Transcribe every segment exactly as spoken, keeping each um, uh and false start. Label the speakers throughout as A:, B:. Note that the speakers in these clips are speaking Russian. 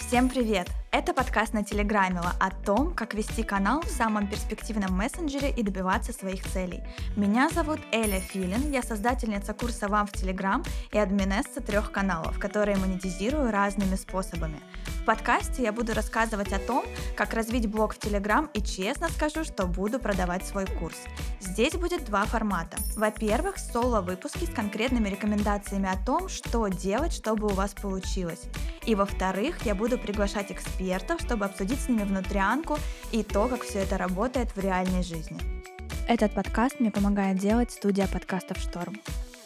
A: Всем привет! Это подкаст на Телеграмила о том, как вести канал в самом перспективном мессенджере и добиваться своих целей. Меня зовут Эля Филин, я создательница курса «Вам в Телеграм» и админесса трех каналов, которые монетизирую разными способами. В подкасте я буду рассказывать о том, как развить блог в Телеграм, и честно скажу, что буду продавать свой курс. Здесь будет два формата. Во-первых, соло-выпуски с конкретными рекомендациями о том, что делать, чтобы у вас получилось. И во-вторых, я буду приглашать экспертов, чтобы обсудить с ними внутрянку и то, как все это работает в реальной жизни. Этот подкаст мне помогает делать студия подкастов «Шторм».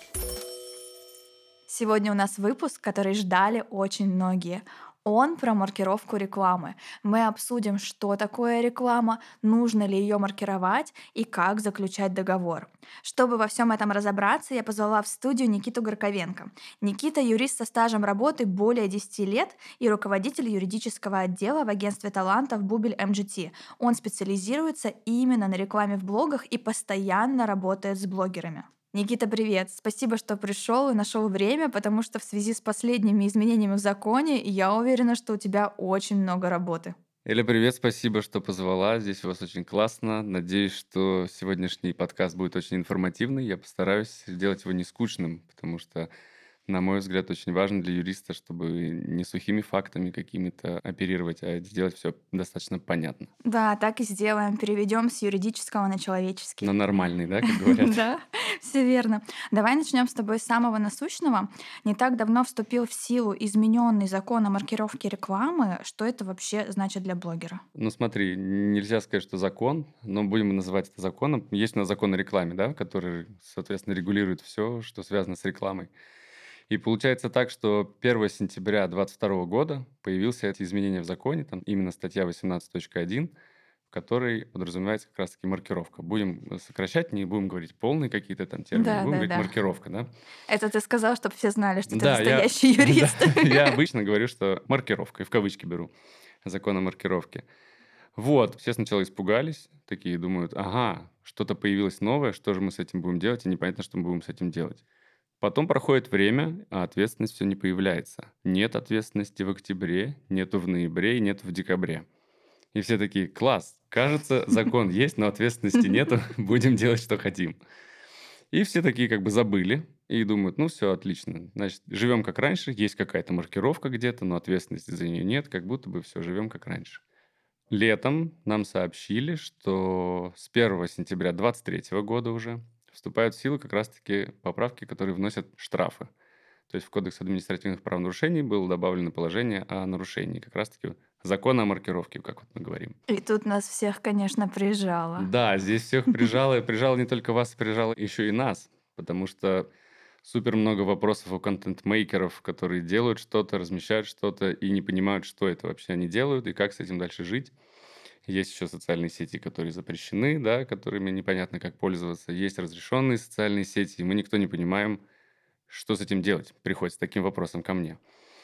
A: Сегодня у нас выпуск, который ждали очень многие. Он про маркировку рекламы. Мы обсудим, что такое реклама, нужно ли ее маркировать и как заключать договор. Чтобы во всем этом разобраться, я позвала в студию Никиту Горковенко. Никита — юрист со стажем работы более десяти лет и руководитель юридического отдела в агентстве талантов Бубель эм джи ти. Он специализируется именно на рекламе в блогах и постоянно работает с блогерами. Никита, привет! Спасибо, что пришел и нашел время, потому что в связи с последними изменениями в законе я уверена, что у тебя очень много работы.
B: Эля, привет, спасибо, что позвала. Здесь у вас очень классно. Надеюсь, что сегодняшний подкаст будет очень информативный. Я постараюсь сделать его не скучным, потому что, на мой взгляд, очень важно для юриста, чтобы не сухими фактами какими-то оперировать, а сделать все достаточно понятно.
A: Да, так и сделаем. Переведем с юридического на человеческий.
B: На нормальный, да, как говорят?
A: Да, все верно. Давай начнем с тобой с самого насущного. Не так давно вступил в силу измененный закон о маркировке рекламы. Что это вообще значит для блогера?
B: Ну, смотри, нельзя сказать, что закон, но будем называть это законом. Есть у нас закон о рекламе, да, который, соответственно, регулирует все, что связано с рекламой. И получается так, что первого сентября двадцать второго года появились эти изменения в законе, там именно статья восемнадцать точка один, в которой подразумевается как раз-таки маркировка. Будем сокращать, не будем говорить полные какие-то там термины,
A: Да,
B: будем
A: да,
B: говорить
A: да.
B: маркировка, да?
A: Это ты сказал, чтобы все знали, что ты
B: Да, я,
A: настоящий
B: да,
A: юрист.
B: я обычно говорю, что маркировка, и в кавычки беру закон о маркировке. Вот, все сначала испугались, такие думают, ага, что-то появилось новое, что же мы с этим будем делать, и непонятно, что мы будем с этим делать. Потом проходит время, а ответственность все не появляется. Нет ответственности в октябре, нету в ноябре и нету в декабре. И все такие, класс, кажется, закон есть, но ответственности нету, будем делать, что хотим. И все такие как бы забыли и думают, ну все, отлично, значит, живем как раньше, есть какая-то маркировка где-то, но ответственности за нее нет, как будто бы все, живем как раньше. Летом нам сообщили, что с первого сентября двадцать третьего года уже вступают в силу как раз-таки поправки, которые вносят штрафы. То есть в Кодекс административных правонарушений было добавлено положение о нарушении, как раз-таки закона о маркировке, как вот мы говорим.
A: И тут нас всех, конечно, прижало.
B: Да, здесь всех прижало, и прижало не только вас, прижало еще и нас, потому что супер много вопросов у контент-мейкеров, которые делают что-то, размещают что-то и не понимают, что это вообще они делают и как с этим дальше жить. Есть еще социальные сети, которые запрещены, да, которыми непонятно, как пользоваться. Есть разрешенные социальные сети, и мы никто не понимаем, что с этим делать. Приходит с таким вопросом ко мне.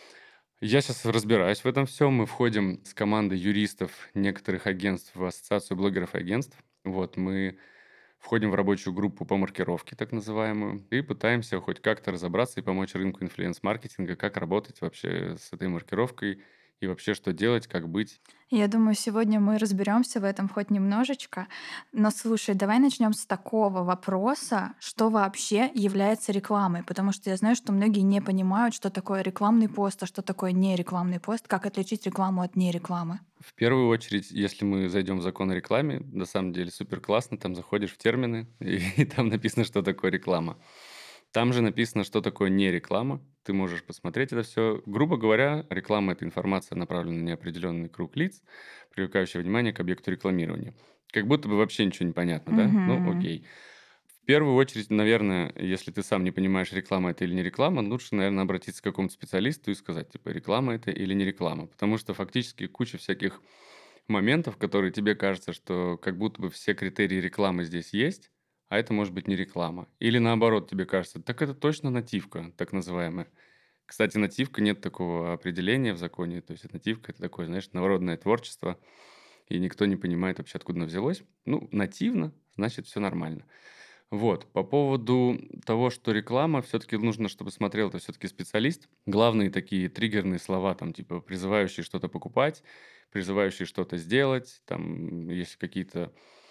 B: Я сейчас разбираюсь в этом всем. Мы входим с командой юристов некоторых агентств в Ассоциацию блогеров и агентств. Вот, мы входим в рабочую группу по маркировке, так называемую, и пытаемся хоть как-то разобраться и помочь рынку инфлюенс-маркетинга, как работать вообще с этой маркировкой и вообще что делать, как быть.
A: Я думаю, сегодня мы разберемся в этом хоть немножечко. Но слушай, давай начнем с такого вопроса, что вообще является рекламой, потому что я знаю, что многие не понимают, что такое рекламный пост, а что такое нерекламный пост, как отличить рекламу от нерекламы.
B: В первую очередь, если мы зайдем в закон о рекламе, на самом деле супер классно, там заходишь в термины, и, и там написано, что такое реклама. Там же написано, что такое не реклама. Ты можешь посмотреть это все. Грубо говоря, реклама — это информация, направленная на неопределенный круг лиц, привлекающая внимание к объекту рекламирования. Как будто бы вообще ничего не понятно, да? Ну,
A: Мгм.
B: окей. В первую очередь, наверное, если ты сам не понимаешь, реклама это или не реклама, лучше, наверное, обратиться к какому-то специалисту и сказать, типа, реклама это или не реклама. Потому что фактически куча всяких моментов, которые тебе кажется, что как будто бы все критерии рекламы здесь есть, а это может быть не реклама. Или наоборот, тебе кажется, так это точно нативка, так называемая. Кстати, нативка, нет такого определения в законе. То есть нативка — это такое, знаешь, народное творчество, и никто не понимает вообще, откуда оно взялось. Ну, нативно, значит, все нормально. Вот. По поводу того, что реклама, все-таки нужно, чтобы смотрел это все-таки специалист. Главные такие триггерные слова, там, типа, призывающие что-то покупать, призывающие что-то сделать, там, есть какие-то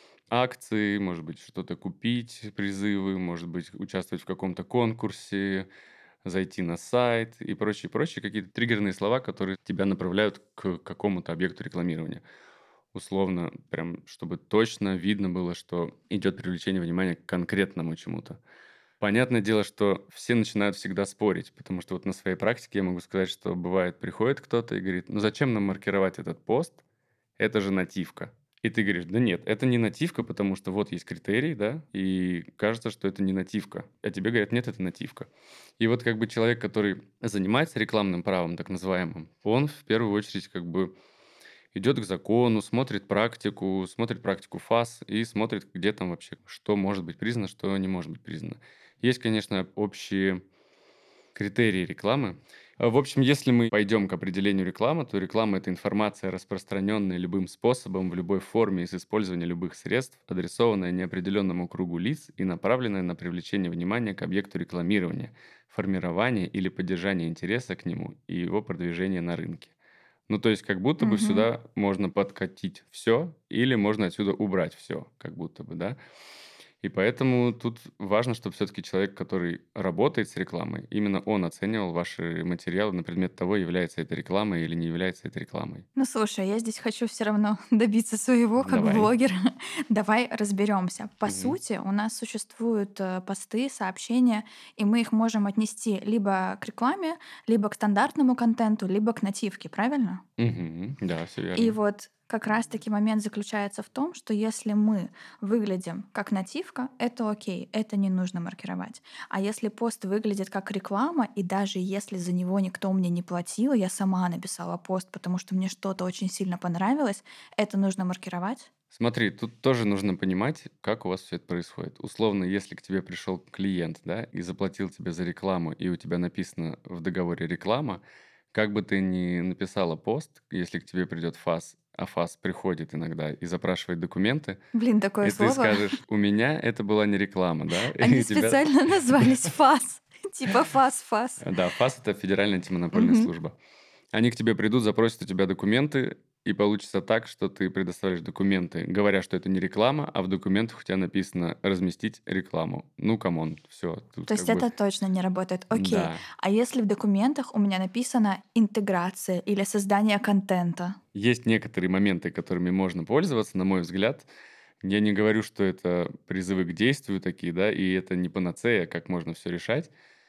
B: акции, может быть, что-то купить, призывы, может быть, участвовать в каком-то конкурсе, зайти на сайт и прочие, прочие какие-то триггерные слова, которые тебя направляют к какому-то объекту рекламирования. Условно, прям чтобы точно видно было, что идет привлечение внимания к конкретному чему-то. Понятное дело, что все начинают всегда спорить, потому что вот на своей практике я могу сказать, что бывает, приходит кто-то и говорит: ну зачем нам маркировать этот пост? Это же нативка. И ты говоришь: да нет, это не нативка, потому что вот есть критерий, да, и кажется, что это не нативка. А тебе говорят: нет, это нативка. И вот как бы человек, который занимается рекламным правом, так называемым, он в первую очередь как бы идет к закону, смотрит практику, смотрит практику ФАС и смотрит, где там вообще, что может быть признано, что не может быть признано. Есть, конечно, общие критерии рекламы. А, В общем, если мы пойдем к определению рекламы, то реклама — это информация, распространенная любым способом, в любой форме и с использованием любых средств, адресованная неопределенному кругу лиц и направленная на привлечение внимания к объекту рекламирования, формирование или поддержание интереса к нему и его продвижение на рынке. Ну, то есть как будто бы
A: Мгм.
B: сюда можно подкатить все или можно отсюда убрать все, как будто бы, да. И поэтому тут важно, чтобы все-таки человек, который работает с рекламой, именно он оценивал ваши материалы на предмет того, является это рекламой или не является это рекламой.
A: Ну слушай, я здесь хочу все равно добиться своего как
B: Давай.
A: блогер. Давай разберемся. По
B: Мгм.
A: сути, у нас существуют э, посты, сообщения, и мы их можем отнести либо к рекламе, либо к стандартному контенту, либо к нативке, правильно?
B: Мгм. Да, все
A: И
B: верно.
A: вот как раз-таки момент заключается в том, что если мы выглядим как нативка, это окей, это не нужно маркировать. А если пост выглядит как реклама, и даже если за него никто мне не платил, я сама написала пост, потому что мне что-то очень сильно понравилось, это нужно маркировать?
B: Смотри, тут тоже нужно понимать, как у вас все это происходит. Условно, если к тебе пришел клиент, да, и заплатил тебе за рекламу, и у тебя написано в договоре реклама, как бы ты ни написала пост, если к тебе придет ФАС, а ФАС приходит иногда и запрашивает документы,
A: Блин, такое
B: и ты
A: слово.
B: скажешь: у меня это была не реклама, да,
A: Они
B: и у тебя...
A: специально назвались ФАС. Типа ФАС-ФАС.
B: Да, ФАС — это Федеральная антимонопольная
A: Мгм.
B: служба. Они к тебе придут, запросят у тебя документы, и получится так, что ты предоставишь документы, говоря, что это не реклама, а в документах у тебя написано «разместить рекламу». Ну, камон, все, тут
A: То
B: как
A: есть
B: бы...
A: это точно не работает. Окей.
B: Да.
A: А если в документах у меня написано интеграция или создание контента?
B: Есть некоторые моменты, которыми можно пользоваться, на мой взгляд. Я не говорю, что это призывы к действию такие, да, и это не панацея, как можно все решать.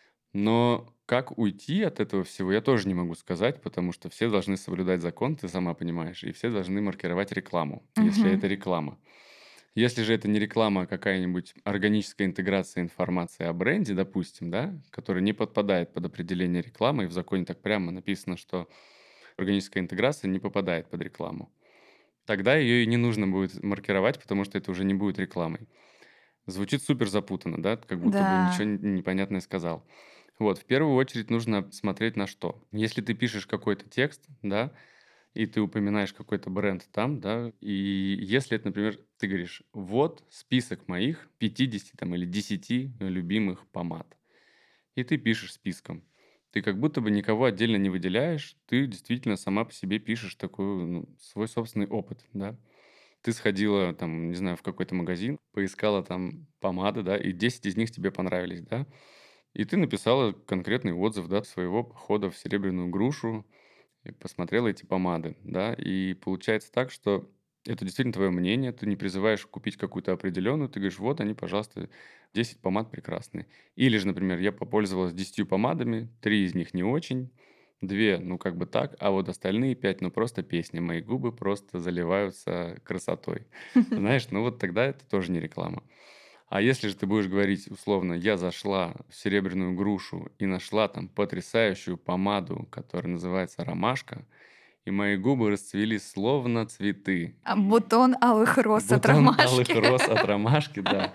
B: Но как уйти от этого всего, я тоже не могу сказать, потому что все должны соблюдать закон, ты сама понимаешь, и все должны маркировать рекламу, если
A: Мгм.
B: это реклама. Если же это не реклама, а какая-нибудь органическая интеграция информации о бренде, допустим, да, которая не подпадает под определение рекламы, и в законе так прямо написано, что органическая интеграция не попадает под рекламу, тогда ее и не нужно будет маркировать, потому что это уже не будет рекламой. Звучит супер запутанно, да, как будто бы
A: Да.
B: ничего н- непонятное сказал. Вот, в первую очередь нужно смотреть на что. Если ты пишешь какой-то текст, да, и ты упоминаешь какой-то бренд там, да, и если это, например, ты говоришь: вот список моих пятидесяти там или десяти любимых помад, и ты пишешь списком. Ты как будто бы никого отдельно не выделяешь, ты действительно сама по себе пишешь такой, ну, свой собственный опыт, да. Ты сходила там, не знаю, в какой-то магазин, поискала там помады, да, и десять из них тебе понравились, да. И ты написала конкретный отзыв, да, своего похода в «Серебряную грушу», и посмотрела эти помады, да. И получается так, что это действительно твое мнение, ты не призываешь купить какую-то определенную, ты говоришь: вот они, пожалуйста, десять помад прекрасные. Или же, например, я попользовалась десятью помадами, три из них не очень, две, ну, как бы так, а вот остальные пять, ну, просто песни. Мои губы просто заливаются красотой. Знаешь, ну вот тогда это тоже не реклама. А если же ты будешь говорить условно: я зашла в «Серебряную грушу» и нашла там потрясающую помаду, которая называется «Ромашка», и мои губы расцвели словно цветы.
A: А бутон алых роз от
B: Бутон алых
A: ромашки.
B: роз от ромашки, да.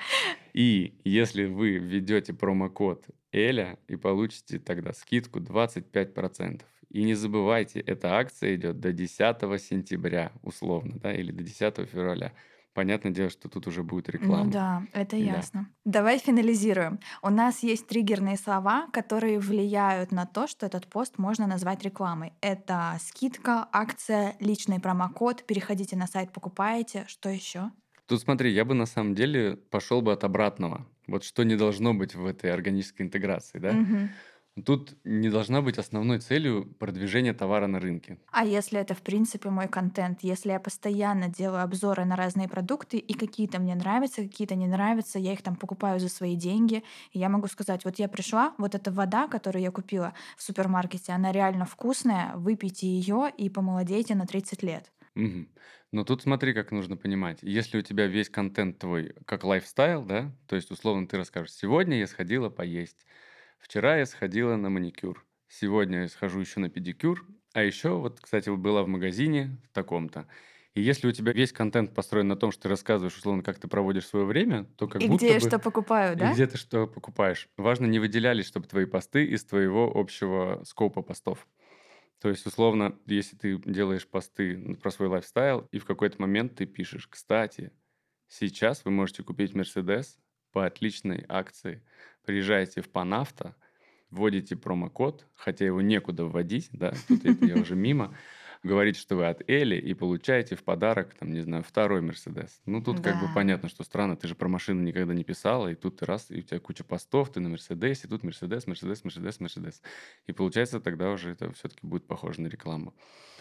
B: И если вы введете промокод Эля и получите тогда скидку двадцать пять процентов. И не забывайте, эта акция идет до десятого сентября, условно, да, или до десятого февраля. понятное дело, что тут уже будет
A: Ну
B: реклама.
A: да, это
B: Да.
A: ясно. Давай финализируем. У нас есть триггерные слова, которые влияют на то, что этот пост можно назвать рекламой. Это скидка, акция, личный промокод, переходите на сайт, покупаете. Что еще?
B: Тут смотри, я бы на самом деле пошел бы от обратного. Вот что не должно быть в этой органической интеграции, да?
A: Мгм.
B: Тут не должна быть основной целью продвижение товара на рынке.
A: А если это, в принципе, мой контент, если я постоянно делаю обзоры на разные продукты, и какие-то мне нравятся, какие-то не нравятся, я их там покупаю за свои деньги, и я могу сказать, вот я пришла, вот эта вода, которую я купила в супермаркете, она реально вкусная, выпейте ее и помолодейте на тридцать лет.
B: Мгм. Но тут смотри, как нужно понимать. Если у тебя весь контент твой как лайфстайл, да, то есть условно ты расскажешь, сегодня я сходила поесть, вчера я сходила на маникюр, сегодня я схожу еще на педикюр, а еще вот, кстати, вот была в магазине в таком-то. И если у тебя весь контент построен на том, что ты рассказываешь, условно, как ты проводишь свое время, то как
A: И где
B: будто
A: я
B: бы
A: что покупаю,
B: и
A: да?
B: где ты что покупаешь. Важно не выделялись, чтобы твои посты из твоего общего скопа постов. То есть, условно, если ты делаешь посты н- про свой лайфстайл, и в какой-то момент ты пишешь, кстати, сейчас вы можете купить Мерседес по отличной акции. Приезжайте в Панавто, вводите промокод, хотя его некуда вводить, да, тут это я уже мимо, говорите, что вы от Эли, и получаете в подарок, там, не знаю, второй Мерседес. Ну, тут как бы
A: Да.
B: понятно, что странно, ты же про машину никогда не писала, и тут ты раз, и у тебя куча постов, ты на Мерседесе, и тут Мерседес, Мерседес, Мерседес, Мерседес. И получается, тогда уже это все-таки будет похоже на рекламу.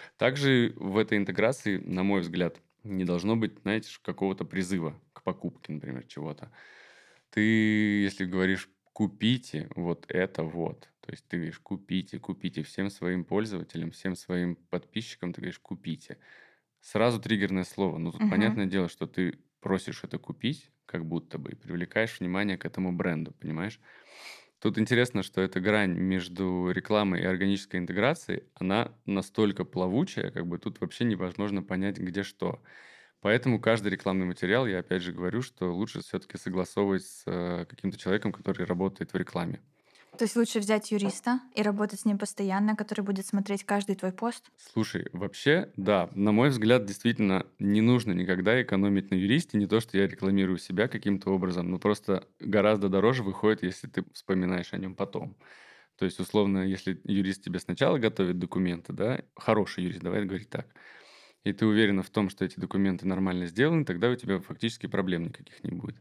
B: Также в этой интеграции, на мой взгляд, не должно быть, знаете, ш- какого-то призыва к покупке, например, чего-то. Ты, если говоришь купите вот это вот, то есть ты говоришь купите, купите всем своим пользователям, всем своим подписчикам, ты говоришь купите. Сразу триггерное слово. Ну, тут
A: Мгм.
B: понятное дело, что ты просишь это купить, как будто бы, и привлекаешь внимание к этому бренду, понимаешь? Тут интересно, что эта грань между рекламой и органической интеграцией, она настолько плавучая, как бы тут вообще невозможно понять, где что. Поэтому каждый рекламный материал, я опять же говорю, что лучше все-таки согласовывать с э, каким-то человеком, который работает в рекламе.
A: То есть лучше взять юриста и работать с ним постоянно, который будет смотреть каждый твой пост?
B: Слушай, вообще, да, на мой взгляд, действительно не нужно никогда экономить на юристе. Не то, что я рекламирую себя каким-то образом, но просто гораздо дороже выходит, если ты вспоминаешь о нем потом. То есть, условно, если юрист тебе сначала готовит документы, да, хороший юрист, давай говорить так, и ты уверена в том, что эти документы нормально сделаны, тогда у тебя фактически проблем никаких не будет.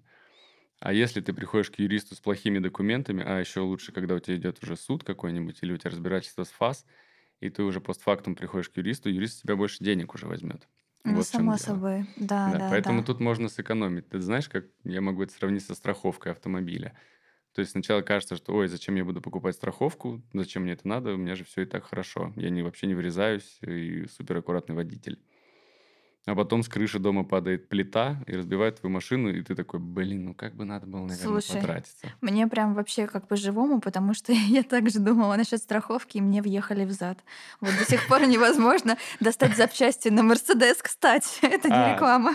B: А если ты приходишь к юристу с плохими документами, а еще лучше, когда у тебя идет уже суд какой-нибудь или у тебя разбирательство с ФАС, и ты уже постфактум приходишь к юристу, юрист с тебя больше денег уже возьмет.
A: Ну,
B: Вот в чем
A: само
B: дело.
A: собой. Да,
B: Да,
A: да,
B: поэтому
A: да.
B: тут можно сэкономить. Ты знаешь, как я могу это сравнить со страховкой автомобиля? То есть сначала кажется, что, ой, зачем я буду покупать страховку, зачем мне это надо, у меня же все и так хорошо, я не, вообще не врезаюсь и супер аккуратный водитель. А потом с крыши дома падает плита и разбивает твою машину, и ты такой, блин, ну как бы надо было, наверное,
A: Слушай,
B: потратиться.
A: мне прям вообще как по-живому, потому что я также думала насчет страховки, и мне въехали в зад. Вот до сих пор невозможно достать запчасти на «Мерседес», кстати. Это не
B: А,
A: реклама.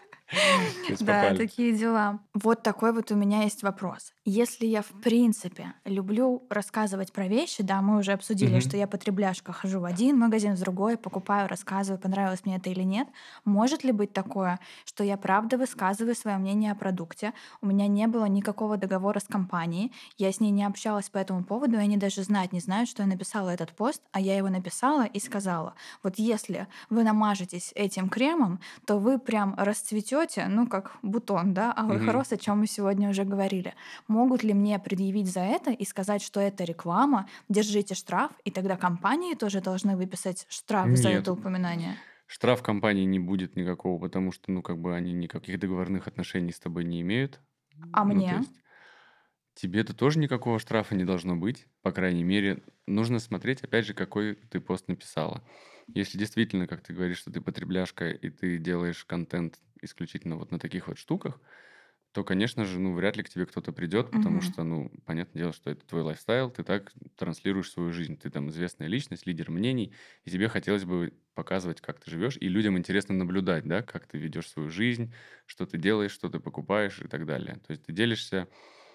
B: то есть
A: Да,
B: попали.
A: такие дела. Вот такой вот у меня есть вопрос. Если я, в принципе, люблю рассказывать про вещи, да, мы уже обсудили, что
B: Мгм.
A: я потребляшка, хожу в один магазин, в другой, покупаю, рассказываю, понравилось мне это или нет. Может ли быть такое, что я правда высказываю свое мнение о продукте, у меня не было никакого договора с компанией, я с ней не общалась по этому поводу, и они даже знать не знают, что я написала этот пост, а я его написала и сказала, вот если вы намажетесь этим кремом, то вы прям расцветете, ну, как бутон, да, алых
B: Мгм.
A: роз, о чем мы сегодня уже говорили. Могут ли мне предъявить за это и сказать, что это реклама, держите штраф, и тогда компании тоже должны выписать штраф за
B: Нет,
A: это упоминание?
B: штраф компании не будет никакого, потому что, ну, как бы они никаких договорных отношений с тобой не имеют.
A: А
B: Ну, то
A: мне?
B: есть тебе-то тоже никакого штрафа не должно быть, по крайней мере. Нужно смотреть, опять же, какой ты пост написала. Если действительно, как ты говоришь, что ты потребляшка и ты делаешь контент исключительно вот на таких вот штуках, то, конечно же, ну, вряд ли к тебе кто-то придет, потому
A: Мгм.
B: что, ну, понятное дело, что это твой лайфстайл, ты так транслируешь свою жизнь, ты там известная личность, лидер мнений, и тебе хотелось бы показывать, как ты живешь, и людям интересно наблюдать, да, как ты ведешь свою жизнь, что ты делаешь, что ты покупаешь и так далее. То есть ты делишься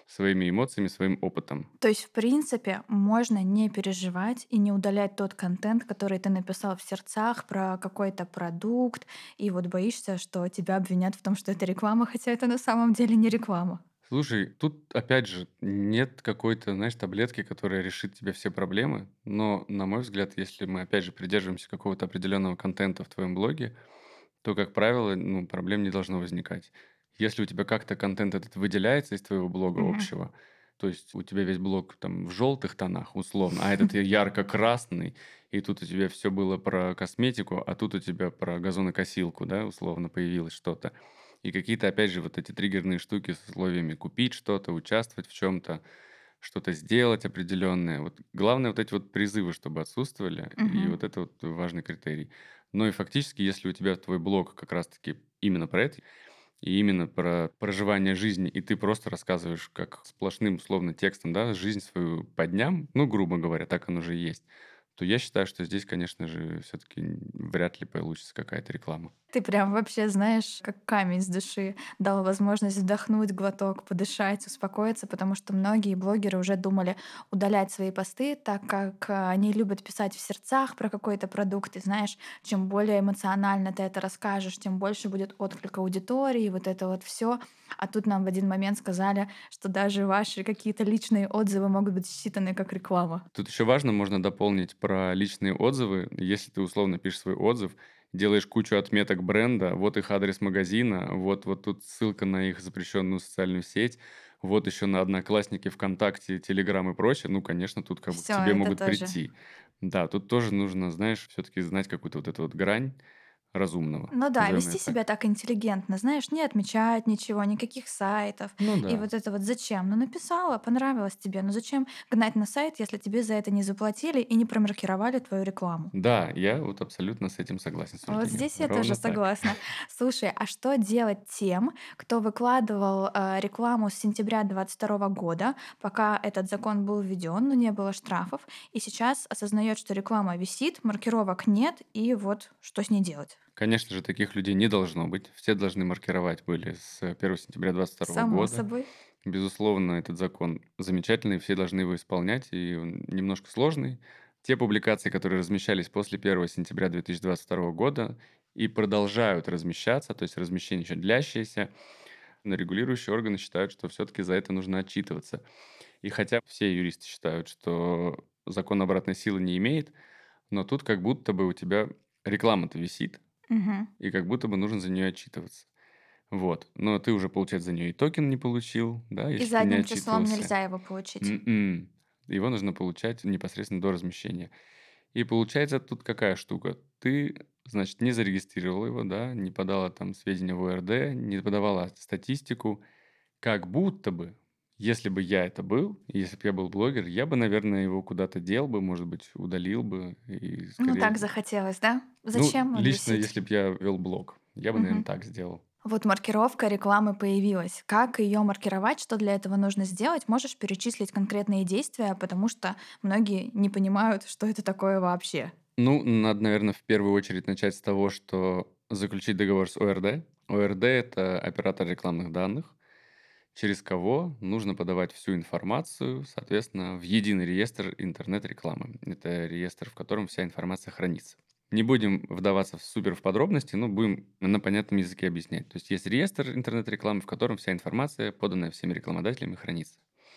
B: своими эмоциями, своим опытом.
A: То есть, в принципе, можно не переживать и не удалять тот контент, который ты написал в сердцах про какой-то продукт, и вот боишься, что тебя обвинят в том, что это реклама, хотя это на самом деле не реклама.
B: Слушай, тут опять же нет какой-то, знаешь, таблетки, которая решит тебе все проблемы. Но, на мой взгляд, если мы опять же придерживаемся какого-то определенного контента в твоем блоге, то, как правило, ну, проблем не должно возникать. Если у тебя как-то контент этот выделяется из твоего блога
A: Мгм.
B: общего, то есть у тебя весь блог там в желтых тонах, условно, а этот ярко-красный, и тут у тебя все было про косметику, а тут у тебя про газонокосилку, да, условно, появилось что-то. И какие-то, опять же, вот эти триггерные штуки с условиями купить что-то, участвовать в чем-то, что-то сделать определенное. Вот главное вот эти вот призывы, чтобы отсутствовали, и
A: Мгм.
B: вот это вот важный критерий. Но и фактически, если у тебя твой блог как раз-таки именно про это, и именно про проживание жизни, и ты просто рассказываешь как сплошным условно текстом, да, жизнь свою по дням, ну, грубо говоря, так оно же и есть, то я считаю, что здесь, конечно же, все-таки вряд ли получится какая-то реклама.
A: Ты прям вообще, знаешь, как камень с души дал возможность вдохнуть глоток, подышать, успокоиться, потому что многие блогеры уже думали удалять свои посты, так как а, они любят писать в сердцах про какой-то продукт. И знаешь, чем более эмоционально ты это расскажешь, тем больше будет отклик аудитории, вот это вот все. А тут нам в один момент сказали, что даже ваши какие-то личные отзывы могут быть считаны как реклама.
B: Тут еще важно, можно дополнить про личные отзывы. Если ты условно пишешь свой отзыв, делаешь кучу отметок бренда, вот их адрес магазина, вот, вот тут ссылка на их запрещенную социальную сеть, вот еще на Одноклассники, ВКонтакте, Телеграм и прочее, ну, конечно, тут как бы к
A: Все,
B: тебе
A: это
B: могут
A: тоже.
B: прийти. Да, тут тоже нужно, знаешь, все-таки знать какую-то вот эту вот грань разумного,
A: Ну да,
B: назовем
A: вести
B: ее так.
A: себя так интеллигентно, знаешь, не отмечать ничего, никаких сайтов.
B: Ну
A: И
B: да.
A: вот это вот зачем? Ну написала, понравилось тебе, ну зачем гнать на сайт, если тебе за это не заплатили и не промаркировали твою рекламу?
B: Да, я вот абсолютно с этим согласен с
A: Вот
B: суждением.
A: здесь я тоже
B: Ровно так.
A: согласна. Слушай, а что делать тем, кто выкладывал э, рекламу с сентября двадцать второго года, пока этот закон был введен, но не было штрафов, и сейчас осознает, что реклама висит, маркировок нет, и вот что с ней делать?
B: Конечно же, таких людей не должно быть. Все должны маркировать были с первого сентября двадцать второго
A: Само
B: года.
A: собой.
B: Безусловно, этот закон замечательный, все должны его исполнять, и он немножко сложный. Те публикации, которые размещались после первого сентября две тысячи двадцать второго года и продолжают размещаться, то есть размещение еще длящееся, но регулирующие органы считают, что все-таки за это нужно отчитываться. И хотя все юристы считают, что закон обратной силы не имеет, но тут как будто бы у тебя реклама-то висит,
A: Мгм.
B: и как будто бы нужно за нее отчитываться. Вот. Но ты уже, получается, за нее и токен не получил, да,
A: И
B: если ты не
A: задним числом
B: отчитывался.
A: нельзя его получить.
B: М-м. Его нужно получать непосредственно до размещения. И получается тут какая штука? Ты, значит, не зарегистрировал его, да, не подала там сведения в ОРД, не подавала статистику. Как будто бы, если бы я это был, если бы я был блогер, я бы, наверное, его куда-то дел бы, может быть, удалил бы и
A: Ну, так
B: скорее...
A: захотелось, да?
B: Ну,
A: Зачем он
B: лично,
A: висит?
B: если бы я вел блог, я бы, наверное,
A: Мгм.
B: так сделал.
A: Вот маркировка рекламы появилась. Как ее маркировать, что для этого нужно сделать? Можешь перечислить конкретные действия, потому что многие не понимают, что это такое вообще.
B: Ну, надо, наверное, в первую очередь начать с того, что заключить договор с ОРД. ОРД– это оператор рекламных данных, через кого нужно подавать всю информацию, соответственно, в единый реестр интернет-рекламы. Это реестр, в котором вся информация хранится. Не будем вдаваться в супер в подробности, но будем на понятном языке объяснять. То есть есть реестр интернет-рекламы, в котором вся информация, поданная всеми рекламодателями, хранится.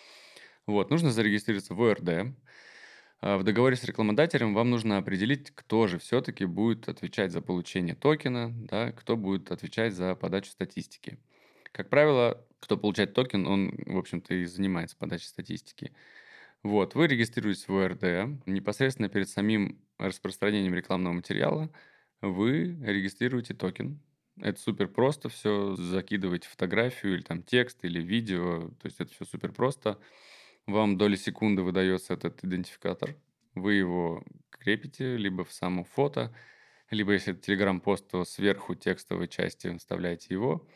B: Вот, нужно зарегистрироваться в ОРД. А В договоре с рекламодателем вам нужно определить, кто же все-таки будет отвечать за получение токена, да, кто будет отвечать за подачу статистики. Как правило, кто получает токен, он, в общем-то, и занимается подачей статистики. Вот, вы регистрируетесь в ОРД, непосредственно перед самим распространением рекламного материала вы регистрируете токен. Это супер просто, все закидываете фотографию или там текст или видео, то есть это все супер просто. Вам доли секунды выдается этот идентификатор, вы его крепите либо в само фото, либо если это телеграм-пост, то сверху текстовой части вставляете его.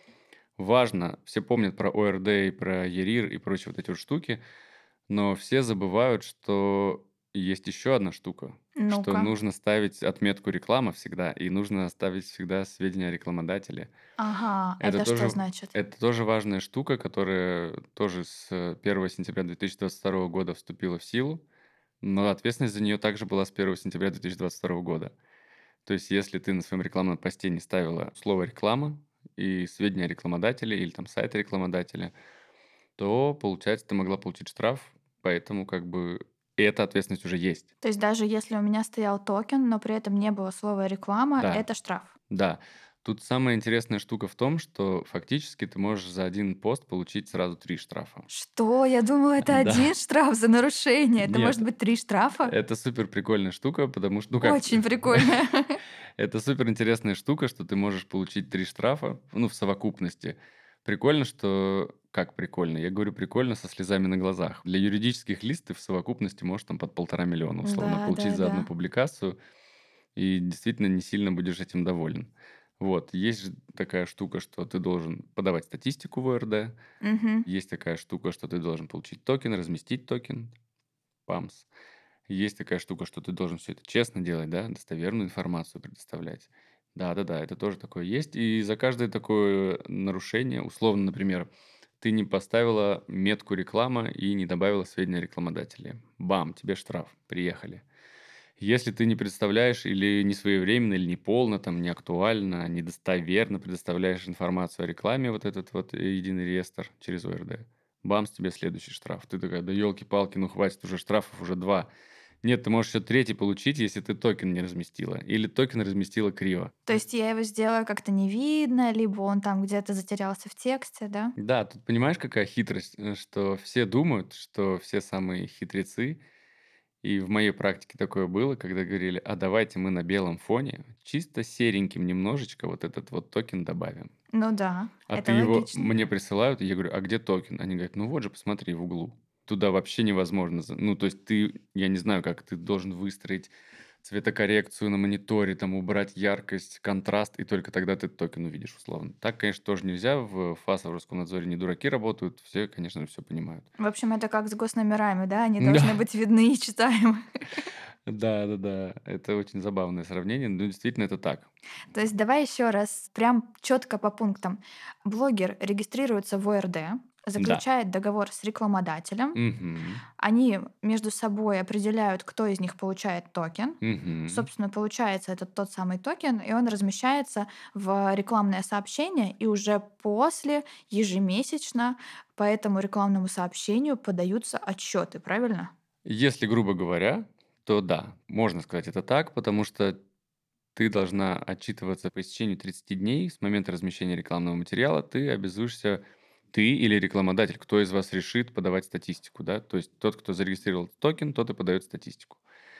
B: Важно, все помнят про ОРД и про ЕРИР и прочие вот эти вот штуки, но все забывают, что есть еще одна штука, что
A: Ну-ка.
B: нужно ставить отметку реклама всегда, и нужно ставить всегда сведения о рекламодателе.
A: Ага,
B: Это
A: это что
B: тоже,
A: значит?
B: это тоже важная штука, которая тоже с первого сентября две тысячи двадцать второго года вступила в силу, но ответственность за нее также была с первого сентября две тысячи двадцать второго года. То есть, если ты на своем рекламном посте не ставила слово реклама и сведения о рекламодателе или там сайта рекламодателя, то, получается, ты могла получить штраф, поэтому как бы и эта ответственность уже есть.
A: То есть даже если у меня стоял токен, но при этом не было слова реклама,
B: Да,
A: это штраф.
B: да. Тут самая интересная штука в том, что фактически ты можешь за один пост получить сразу три штрафа.
A: Что? Я думала, это один
B: Да,
A: штраф за нарушение. Это может
B: нет,
A: быть три штрафа?
B: это супер прикольная штука, потому что, ну как,
A: Очень прикольно.
B: это супер интересная штука, что ты можешь получить три штрафа, ну, в совокупности. Прикольно, что... Как прикольно? Я говорю прикольно со слезами на глазах. Для юридических лиц ты в совокупности можешь там под полтора миллиона условно
A: Да,
B: получить
A: да,
B: за
A: да.
B: одну публикацию, и действительно не сильно будешь этим доволен. Вот. Есть же такая штука, что ты должен подавать статистику в ОРД.
A: Мгм.
B: Есть такая штука, что ты должен получить токен, разместить токен. Памс. Есть такая штука, что ты должен все это честно делать, да, достоверную информацию предоставлять. Да-да-да, это тоже такое есть. И за каждое такое нарушение, условно, например, ты не поставила метку реклама и не добавила сведения о рекламодателе. Бам, тебе штраф, приехали. Если ты не представляешь или не своевременно, или не полно, там, не актуально, недостоверно предоставляешь информацию о рекламе, вот этот вот э, единый реестр через ОРД, бамс, тебе следующий штраф. Ты такая, да елки-палки, ну хватит уже штрафов, уже два. Нет, ты можешь еще третий получить, если ты токен не разместила. Или токен разместила криво.
A: То есть я его сделаю как-то не видно, либо он там где-то затерялся в тексте, да?
B: Да, тут понимаешь, какая хитрость, э, что все думают, что все самые хитрецы. И в моей практике такое было, когда говорили, а давайте мы на белом фоне чисто сереньким немножечко вот этот вот токен добавим.
A: Ну да,
B: А ты
A: это
B: его
A: логично.
B: мне присылают, и я говорю, а где токен? Они говорят, ну вот же, посмотри в углу. Туда вообще невозможно. за- Ну, то есть ты, я не знаю, как ты должен выстроить цветокоррекцию на мониторе, там убрать яркость, контраст, и только тогда ты токен увидишь, условно. Так, конечно, тоже нельзя. В ФАСа, в Роскомнадзоре не дураки работают, все, конечно, все понимают.
A: В общем, это как с госномерами, да? Они должны
B: Да,
A: быть видны и читаемы.
B: да-да-да, это очень забавное сравнение, но действительно это так.
A: То есть давай еще раз, прям четко по пунктам. Блогер регистрируется в ОРД,
B: Да.
A: заключает договор с рекламодателем,
B: Мгм.
A: они между собой определяют, кто из них получает токен.
B: Мгм.
A: Собственно, получается это тот самый токен, и он размещается в рекламное сообщение, и уже после ежемесячно по этому рекламному сообщению подаются отчеты, правильно?
B: Если грубо говоря, то да, можно сказать это так, потому что ты должна отчитываться по истечению тридцати дней с момента размещения рекламного материала. Ты обязуешься, ты или рекламодатель, кто из вас решит подавать статистику, да? То есть тот, кто зарегистрировал токен, тот и подает статистику.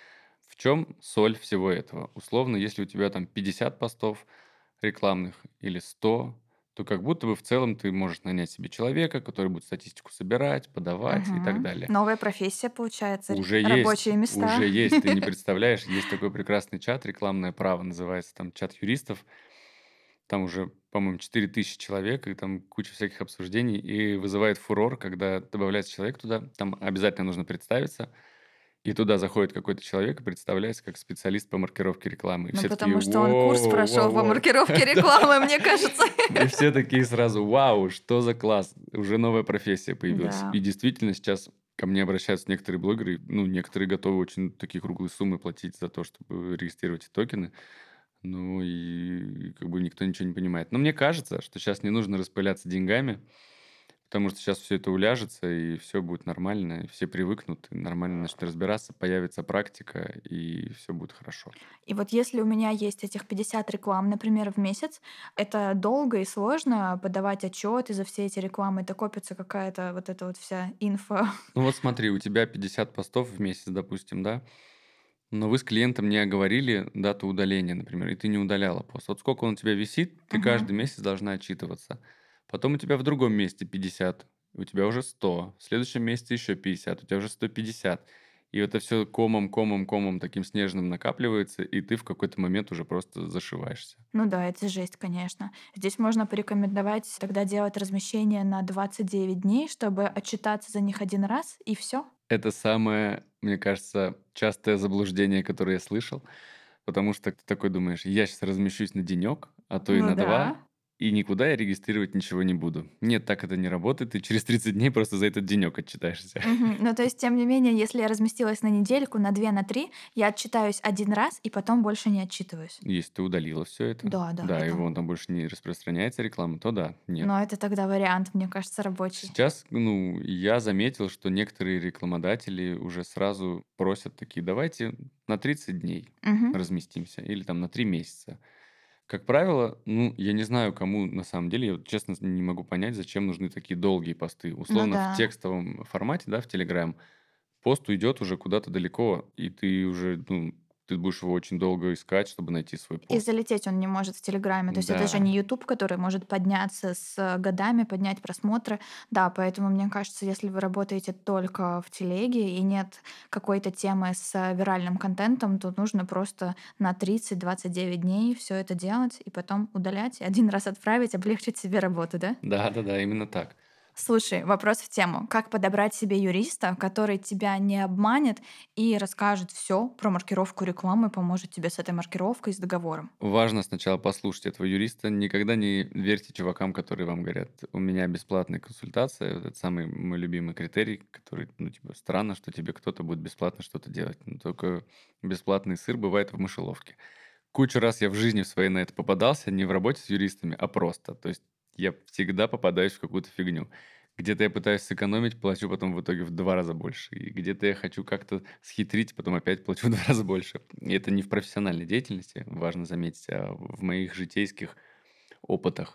B: В чем соль всего этого? Условно, если у тебя там пятьдесят постов рекламных или сто, то как будто бы в целом ты можешь нанять себе человека, который будет статистику собирать, подавать и так
A: Мгм.
B: далее.
A: Новая профессия, получается, р-
B: Уже есть,
A: рабочие места.
B: уже есть, ты не представляешь, есть такой прекрасный чат «Рекламное право», называется там чат юристов. Там уже, по-моему, четыре тысячи человек, и там куча всяких обсуждений, и вызывает фурор, когда добавляется человек туда, там обязательно нужно представиться, и туда заходит какой-то человек и представляется как специалист по маркировке рекламы. И
A: Ну,
B: все такие
A: потому что он курс
B: «Воу,
A: прошел
B: воу,
A: по
B: воу».
A: маркировке рекламы, мне кажется.
B: И все такие сразу «Вау, что за класс!» Уже новая профессия появилась.
A: Да.
B: И действительно сейчас ко мне обращаются некоторые блогеры, и, ну, некоторые готовы очень такие круглые суммы платить за то, чтобы регистрировать эти токены. Ну и как бы никто ничего не понимает. Но мне кажется, что сейчас не нужно распыляться деньгами, потому что сейчас все это уляжется, и все будет нормально, и все привыкнут, и нормально начнут разбираться, появится практика, и все будет хорошо.
A: И вот если у меня есть этих пятьдесят реклам, например, в месяц, это долго и сложно подавать отчеты за все эти рекламы, это копится какая-то вот эта вот вся инфа.
B: Ну вот смотри, у тебя пятьдесят постов в месяц, допустим, да? Но вы с клиентом не оговорили дату удаления, например, и ты не удаляла пост. Вот сколько он у тебя висит, ты
A: Мгм.
B: каждый месяц должна отчитываться. Потом у тебя в другом месте пятьдесят, у тебя уже сто. В следующем месяце еще пятьдесят, у тебя уже сто пятьдесят. И это все комом, комом, комом таким снежным накапливается, и ты в какой-то момент уже просто зашиваешься.
A: Ну да, это жесть, конечно. Здесь можно порекомендовать тогда делать размещение на двадцать девять дней, чтобы отчитаться за них один раз, и все.
B: Это самое мне кажется, частое заблуждение, которое я слышал, потому что ты такой думаешь: "Я сейчас размещусь на денек, а то и
A: Ну
B: на
A: да.
B: два, и никуда я регистрировать ничего не буду". Нет, так это не работает. Ты через тридцать дней просто за этот денек отчитаешься.
A: Мгм. Ну, то есть, тем не менее, если я разместилась на недельку, на две, на три, я отчитаюсь один раз и потом больше не отчитываюсь.
B: Если ты удалила все это,
A: Да, да,
B: да, и
A: это
B: вон там больше не распространяется реклама, то да, нет.
A: но это тогда вариант, мне кажется, рабочий.
B: Сейчас, ну, я заметил, что некоторые рекламодатели уже сразу просят такие: "Давайте на тридцать дней
A: Мгм.
B: разместимся или там на три месяца". Как правило, ну, я не знаю, кому на самом деле, я вот честно с не могу понять, зачем нужны такие долгие посты.
A: Ну
B: Условно,
A: да.
B: в текстовом формате, да, в "Телеграм", пост уйдет уже куда-то далеко, и ты уже, ну, ты будешь его очень долго искать, чтобы найти свой
A: И
B: пост.
A: залететь он не может в "Телеграме". То есть это же
B: Да.
A: не YouTube, который может подняться с э, годами, поднять просмотры. Да, поэтому мне кажется, если вы работаете только в телеге и нет какой-то темы с э, виральным контентом, то нужно просто на тридцать двадцать девять дней все это делать и потом удалять, и один раз отправить, облегчить себе работу, да?
B: Да-да-да, именно так.
A: Слушай, вопрос в тему. Как подобрать себе юриста, который тебя не обманет и расскажет все про маркировку рекламы, поможет тебе с этой маркировкой, с договором?
B: Важно сначала послушать этого юриста. Никогда не верьте чувакам, которые вам говорят: "У меня бесплатная консультация". Вот это самый мой любимый критерий, который, ну, типа, странно, что тебе кто-то будет бесплатно что-то делать. Но только бесплатный сыр бывает в мышеловке. Кучу раз я в жизни в своей на это попадался, не в работе с юристами, а просто. То есть я всегда попадаюсь в какую-то фигню. Где-то я пытаюсь сэкономить, плачу потом в итоге в два раза больше. И где-то я хочу как-то схитрить, потом опять плачу в два раза больше. И это не в профессиональной деятельности, важно заметить, а в моих житейских опытах.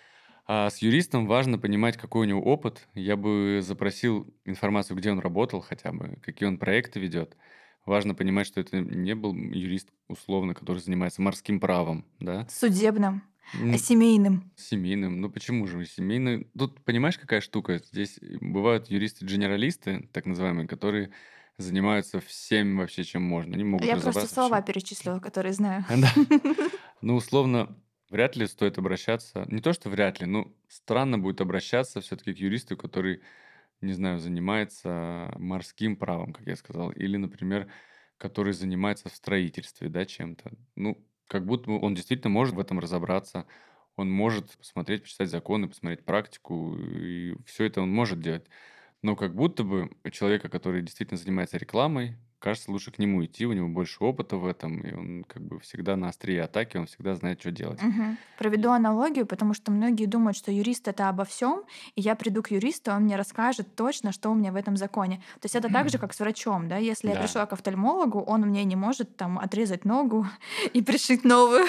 B: А с юристом важно понимать, какой у него опыт. Я бы запросил информацию, где он работал хотя бы, какие он проекты ведет. Важно понимать, что это не был юрист, условно, который занимается морским правом, да,
A: Судебным, э,
B: м,
A: семейным.
B: семейным. Ну почему же семейный? Тут понимаешь, какая штука? Здесь бывают юристы-генералисты, так называемые, которые занимаются всем вообще, чем можно. Они могут
A: Я просто
B: разобраться в чем.
A: слова перечислила, которые знаю.
B: Да. Ну, условно, вряд ли стоит обращаться. Не то, что вряд ли, ну, странно будет обращаться все-таки к юристу, который, не знаю, занимается морским правом, как я сказал, или, например, который занимается в строительстве, да, чем-то. Ну, как будто бы он действительно может в этом разобраться, он может посмотреть, почитать законы, посмотреть практику, и все это он может делать. Но как будто бы у человека, который действительно занимается рекламой, кажется, лучше к нему идти, у него больше опыта в этом, и он как бы всегда на острие атаки, он всегда знает, что делать.
A: Мгм. Проведу
B: И
A: аналогию, потому что многие думают, что юрист это обо всем, и я приду к юристу, он мне расскажет точно, что у меня в этом законе. То есть это так же, как с врачом, да? Если я
B: да,
A: пришла к офтальмологу, он мне не может там отрезать ногу и пришить новую.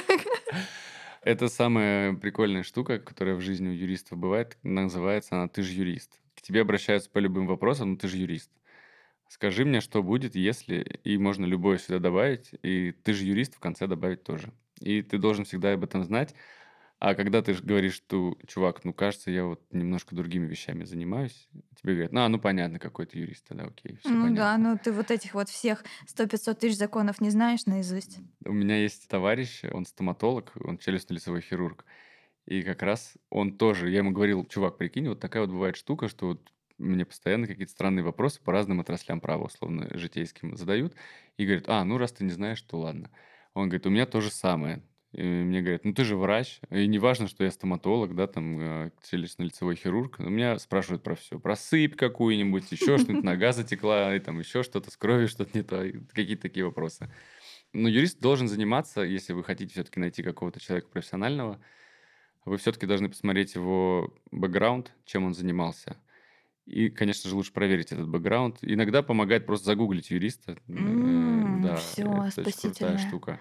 B: это самая прикольная штука, которая в жизни у юристов бывает, называется она "ты же юрист". К тебе обращаются по любым вопросам, но ты же юрист. Скажи мне, что будет, если... И можно любое сюда добавить, и ты же юрист в конце добавить тоже. И ты должен всегда об этом знать. А когда ты ж говоришь, что, чувак, ну, кажется, я вот немножко другими вещами занимаюсь, тебе говорят: "А, ну, понятно, какой ты юрист тогда, окей, все
A: Ну да,
B: понятно".
A: ну ты вот этих вот всех сто пятьсот тысяч законов не знаешь наизусть.
B: У меня есть товарищ, он стоматолог, он челюстно-лицевой хирург. И как раз он тоже, я ему говорил: "Чувак, прикинь, вот такая вот бывает штука, что вот мне постоянно какие-то странные вопросы по разным отраслям права, условно, житейским задают". И говорит: "А, ну, раз ты не знаешь, то ладно". Он говорит: "У меня то же самое". И мне говорят: "Ну, ты же врач". И не важно, что я стоматолог, да, там, э, челюстно-лицевой хирург. У меня спрашивают про все: про сыпь какую-нибудь, еще что-нибудь, нога затекла, и там еще что-то, с кровью что-то не то, и какие-то такие вопросы. Но юрист должен заниматься, если вы хотите все-таки найти какого-то человека профессионального, вы все-таки должны посмотреть его бэкграунд, чем он занимался. И, конечно же, лучше проверить этот бэкграунд. Иногда помогает просто загуглить юриста. Э, Да,
A: Все,
B: это очень крутая
A: спасительное.
B: штука.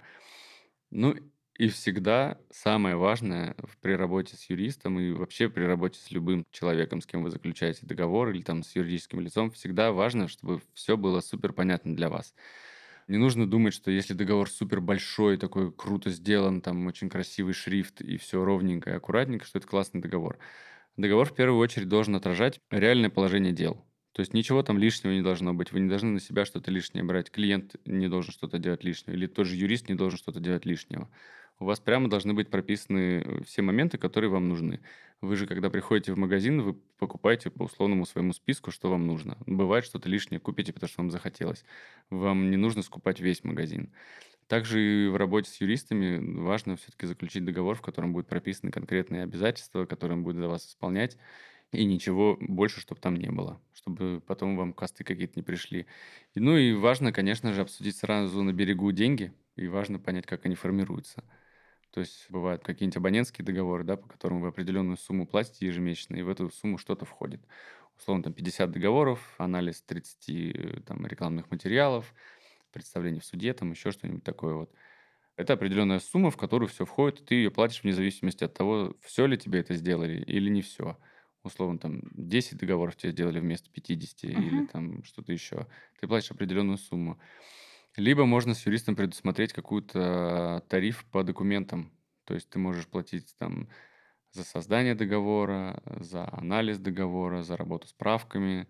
B: Ну и всегда самое важное в- при работе с юристом и вообще при работе с любым человеком, с кем вы заключаете договор или там с юридическим лицом, всегда важно, чтобы все было супер понятно для вас. Не нужно думать, что если договор супер большой, такой круто сделан, там очень красивый шрифт и все ровненько и аккуратненько, что это классный договор. Договор в первую очередь должен отражать реальное положение дел. То есть ничего там лишнего не должно быть. Вы не должны на себя что-то лишнее брать. Клиент не должен что-то делать лишнего. Или тот же юрист не должен что-то делать лишнего. У вас прямо должны быть прописаны э, все моменты, которые вам нужны. Вы же, когда приходите в магазин, вы покупаете по условному своему списку, что вам нужно. Бывает, что-то лишнее купите, потому что вам захотелось. Вам не нужно скупать весь магазин. Также и в работе с юристами важно все-таки заключить договор, в котором будут прописаны конкретные обязательства, которые он будет за вас исполнять, и ничего больше, чтобы там не было, чтобы потом вам косты какие-то не пришли. И, ну и важно, конечно же, обсудить сразу на берегу деньги, и важно понять, как они формируются. То есть бывают какие-нибудь абонентские договоры, да, по которым вы определенную сумму платите ежемесячно, и в эту сумму что-то входит. Условно, там пятьдесят договоров, анализ тридцати э, там, рекламных материалов, представление в суде, там еще что-нибудь такое вот. Это определенная сумма, в которую все входит, и ты ее платишь вне зависимости от того, все ли тебе это сделали или не все. Условно, там десять договоров тебе сделали вместо пятидесяти или
A: Мгм.
B: там что-то еще. Ты платишь определенную сумму. Либо можно с юристом предусмотреть какую-то тариф по документам. То есть ты можешь платить там за создание договора, за анализ договора, за работу с правками,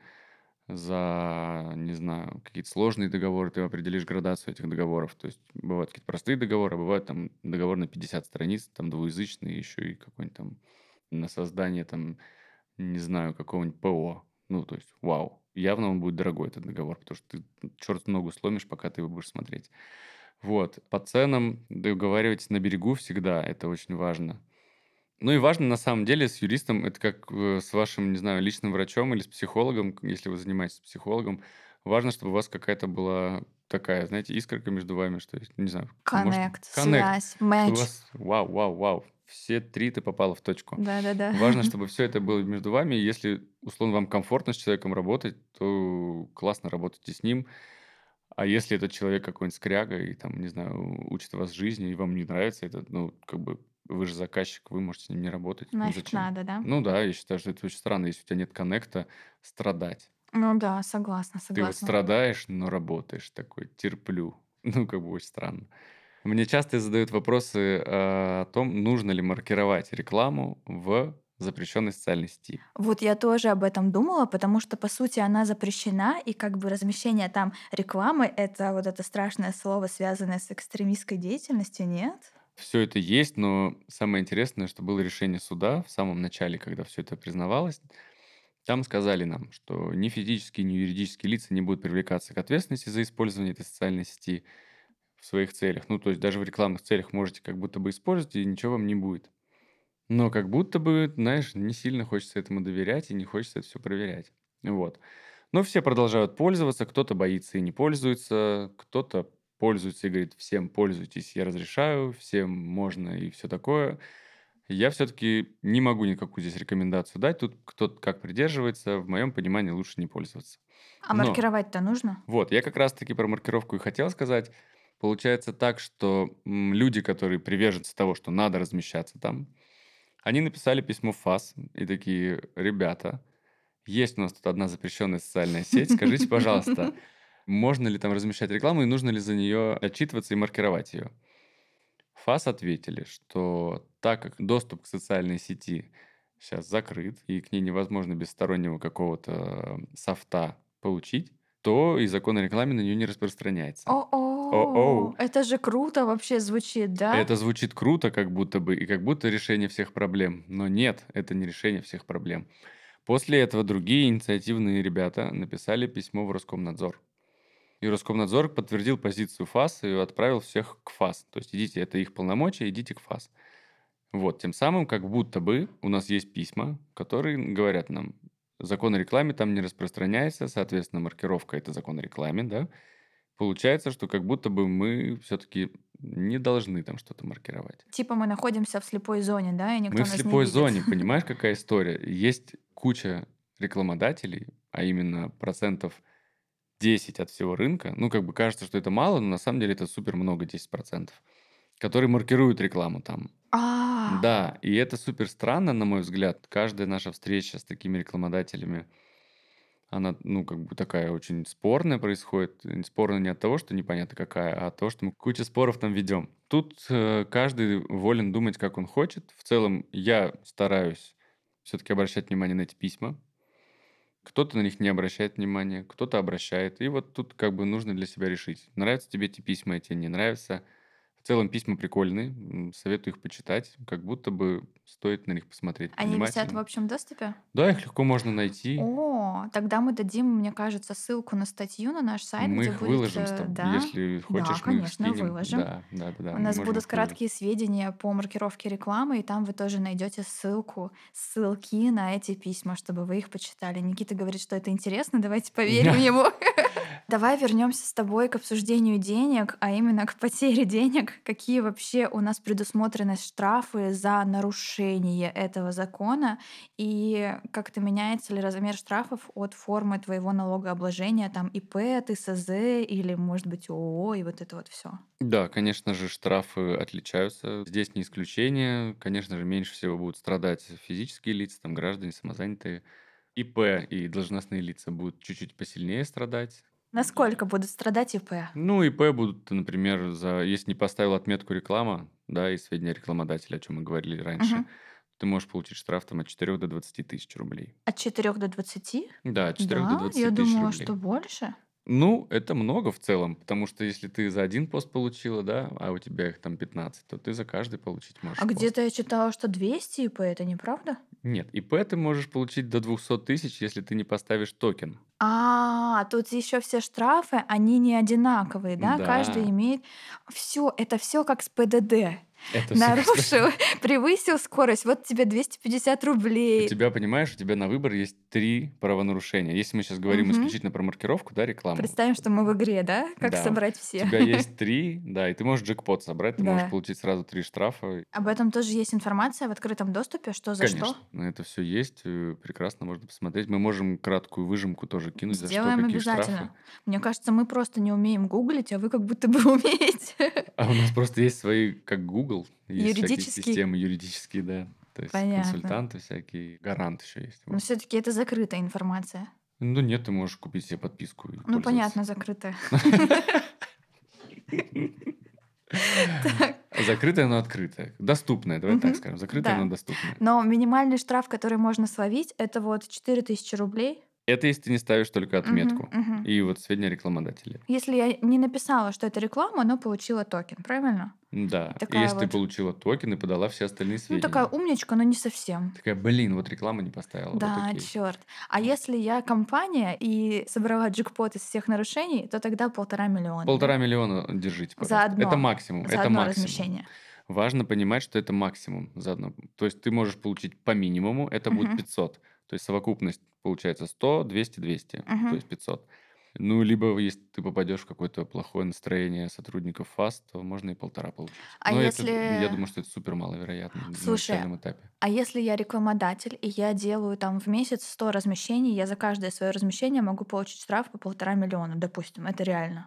B: за, не знаю, какие-то сложные договоры. Ты определишь градацию этих договоров. То есть бывают какие-то простые договоры, а бывают там договор на пятьдесят страниц, там двуязычный, еще и какой-нибудь там на создание там, не знаю, какого-нибудь ПО. Ну, то есть, вау. Явно он будет дорогой, этот договор, потому что ты черт ногу сломишь, пока ты его будешь смотреть. Вот. По ценам договаривайтесь на берегу всегда, это очень важно. Ну и важно на самом деле с юристом, это как э, с вашим, не знаю, личным врачом или с психологом, к- если вы занимаетесь психологом, важно, чтобы у вас какая-то была такая, знаете, искорка между вами, что есть, не знаю, может,
A: Коннект,
B: коннект,
A: связь,
B: что у
A: матч.
B: вас вау, вау, вау, все три ты попала в точку.
A: Да-да-да.
B: Важно, чтобы все это было между вами, и если, условно, вам комфортно с человеком работать, то классно работайте с ним, а если этот человек какой-нибудь скряга и там, не знаю, учит вас жизни, и вам не нравится это, ну, как бы вы же заказчик, вы можете с ним не работать. Ну,
A: Нафиг
B: зачем?
A: надо, да?
B: Ну да, я считаю, что это очень странно, если у тебя нет коннекта, страдать.
A: Ну да, согласна,
B: Ты вот
A: согласна.
B: страдаешь, но работаешь такой, терплю. Ну, как бы очень странно. Мне часто задают вопросы э, о том, нужно ли маркировать рекламу в запрещенной социальной сети.
A: Вот я тоже об этом думала, потому что, по сути, она запрещена, и как бы размещение там рекламы — это вот это страшное слово, связанное с экстремистской деятельностью, нет?
B: Все это есть, но самое интересное, что было решение суда в самом начале, когда все это признавалось. Там сказали нам, что ни физические, ни юридические лица не будут привлекаться к ответственности за использование этой социальной сети в своих целях. Ну, то есть даже в рекламных целях можете как будто бы использовать, и ничего вам не будет. Но как будто бы, знаешь, не сильно хочется этому доверять и не хочется это все проверять. Вот. Но все продолжают пользоваться, кто-то боится и не пользуется, кто-то пользуется и говорит, всем пользуйтесь, я разрешаю, всем можно и все такое. Я все-таки не могу никакую здесь рекомендацию дать. Тут кто-то как придерживается, в моем понимании лучше не пользоваться.
A: А
B: Но
A: маркировать-то нужно?
B: вот, я как раз-таки про маркировку и хотел сказать. Получается так, что м, люди, которые приверженцы того, что надо размещаться там, они написали письмо в ФАС и такие, ребята, есть у нас тут одна запрещенная социальная сеть, скажите, пожалуйста, можно ли там размещать рекламу и нужно ли за нее отчитываться и маркировать ее? ФАС ответили, что так как доступ к социальной сети сейчас закрыт и к ней невозможно без стороннего какого-то софта получить, то и закон о рекламе на нее не распространяется.
A: О-о,
B: О-оу,
A: это же круто вообще звучит, да?
B: это звучит круто, как будто бы, и как будто решение всех проблем. Но нет, это не решение всех проблем. После этого другие инициативные ребята написали письмо в Роскомнадзор. И Роскомнадзор подтвердил позицию ФАС и отправил всех к ФАС. То есть идите, это их полномочия, идите к ФАС. Вот, тем самым, как будто бы у нас есть письма, которые говорят нам, закон о рекламе там не распространяется, соответственно, маркировка – это закон о рекламе, да? Получается, что как будто бы мы все-таки не должны там что-то маркировать.
A: Типа мы находимся в слепой зоне, да, и
B: Мы
A: никто
B: в
A: нас не
B: слепой
A: видит.
B: зоне, понимаешь, какая история? Есть куча рекламодателей, а именно процентов десять от всего рынка, ну, как бы кажется, что это мало, но на самом деле это супер много, десять процентов, которые маркируют рекламу там.
A: А,
B: Да, и это супер странно, на мой взгляд. Каждая наша встреча с такими рекламодателями, она, ну, как бы такая очень спорная происходит. И спорная не от того, что непонятно какая, а от того, что мы кучу споров там ведем. Тут э, каждый волен думать, как он хочет. В целом, я стараюсь все-таки обращать внимание на эти письма. Кто-то на них не обращает внимания, кто-то обращает. И вот тут как бы нужно для себя решить, нравятся тебе эти письма, а тебе не нравятся. В целом письма прикольные, м, советую их почитать, как будто бы стоит на них посмотреть
A: Они висят в
B: внимательно.
A: общем доступе?
B: Да, их легко можно найти.
A: О, тогда мы дадим, мне кажется, ссылку на статью на наш сайт,
B: Мы
A: где
B: их
A: будет,
B: выложим с
A: э,
B: тобой.
A: да,
B: Если
A: да,
B: хочешь, мы их
A: конечно,
B: скинем.
A: выложим.
B: Да, да-да-да,
A: У
B: мы
A: нас
B: можем
A: будут
B: их выложить.
A: краткие сведения по маркировке рекламы, и там вы тоже найдете ссылку, ссылки на эти письма, чтобы вы их почитали. Никита говорит, что это интересно, давайте поверим ему. Давай вернемся с тобой к обсуждению денег, а именно к потере денег. Какие вообще у нас предусмотрены штрафы за нарушение этого закона? И как-то меняется ли размер штрафов от формы твоего налогообложения, там ИП, ТСЗ или, может быть, ООО и вот это вот все?
B: Да, конечно же, штрафы отличаются. Здесь не исключение. Конечно же, меньше всего будут страдать физические лица, там граждане, самозанятые. ИП и должностные лица будут чуть-чуть посильнее страдать.
A: Насколько будут страдать ИП?
B: Ну, ИП будут, например, за если не поставил отметку реклама, да, и сведения рекламодателя, о чем мы говорили раньше,
A: Мгм.
B: ты можешь получить штраф там от четырёх до двадцати тысяч рублей.
A: От четырёх до двадцати?
B: Да, от четырёх до
A: Да,
B: двадцати
A: я
B: тысяч
A: думала, что
B: рублей.
A: больше.
B: Ну, это много в целом, потому что если ты за один пост получила, да, а у тебя их там пятнадцать, то ты за каждый получить
A: А
B: можешь пост.
A: где-то я читала, что двести ИП, это неправда?
B: Нет, ИП ты можешь получить до двухсот тысяч, если ты не поставишь токен.
A: А, тут еще все штрафы, они не одинаковые, да? Каждый
B: Да,
A: имеет все, это все как с ПДД.
B: это все как
A: Нарушил,
B: спрашиваю.
A: превысил скорость, вот тебе двести пятьдесят
B: У
A: рублей.
B: тебя, понимаешь, у тебя на выбор есть три правонарушения. Если мы сейчас говорим
A: Мгм.
B: исключительно про маркировку, да, рекламу,
A: Представим, что мы в игре, да? Как
B: да,
A: собрать
B: у
A: все.
B: тебя есть три, да, и ты можешь джекпот собрать, ты можешь
A: Да.
B: получить сразу три штрафа.
A: Об этом тоже есть информация в открытом доступе, что за что?
B: Конечно, на это все есть, э, прекрасно можно посмотреть. Мы можем краткую выжимку тоже кинуть, за что,
A: Сделаем
B: какие штрафы.
A: обязательно. Мне кажется, мы просто не умеем гуглить, а вы как будто бы умеете.
B: А у нас просто есть свои, как Google, есть всякие
A: Юридический.
B: системы юридические, да. То есть
A: Понятно.
B: консультанты всякие, гарант еще есть.
A: Но
B: Вот.
A: все-таки это закрытая информация.
B: Ну нет, ты можешь купить себе подписку и
A: Ну,
B: пользоваться.
A: понятно, закрытая. Так.
B: Закрытое, но открытое. Доступное, давай так
A: Мгм.
B: скажем. Закрытое, но
A: Да.
B: доступное.
A: Но минимальный штраф, который можно словить, это вот четыре тысячи рублей.
B: Это если ты не ставишь только
A: Мгм,
B: отметку.
A: мгм.
B: И вот сведения рекламодателя.
A: Если я не написала, что это реклама, но получила токен, правильно? И
B: Да. И
A: такая
B: если ты
A: вот,
B: получила токен и подала все остальные
A: ну, такая
B: сведения.
A: умничка, но не совсем.
B: Такая, блин, вот реклама не поставила. Вот
A: Да,
B: окей.
A: черт. А если я компания и собрала джекпот из всех нарушений, то тогда полтора миллиона, да?
B: Полтора миллиона держите,
A: За
B: пожалуйста. Это
A: одно,
B: максимум.
A: за
B: Это
A: одно
B: максимум.
A: размещение.
B: Важно понимать, что это максимум заодно. То есть ты можешь получить по минимуму, это будет
A: Мгм,
B: пятьсот. То есть совокупность получается сто, двести, двести. То
A: мгм.
B: есть пятьсот. Ну, либо если ты попадешь в какое-то плохое настроение сотрудников ФАС, то можно и полтора получить.
A: А
B: Но это, я
A: если...
B: думаю, что это супер маловероятно на
A: Слушай,
B: начальном этапе.
A: а если я рекламодатель, и я делаю там в месяц сто размещений, я за каждое свое размещение могу получить штраф по полтора миллиона, допустим, это реально?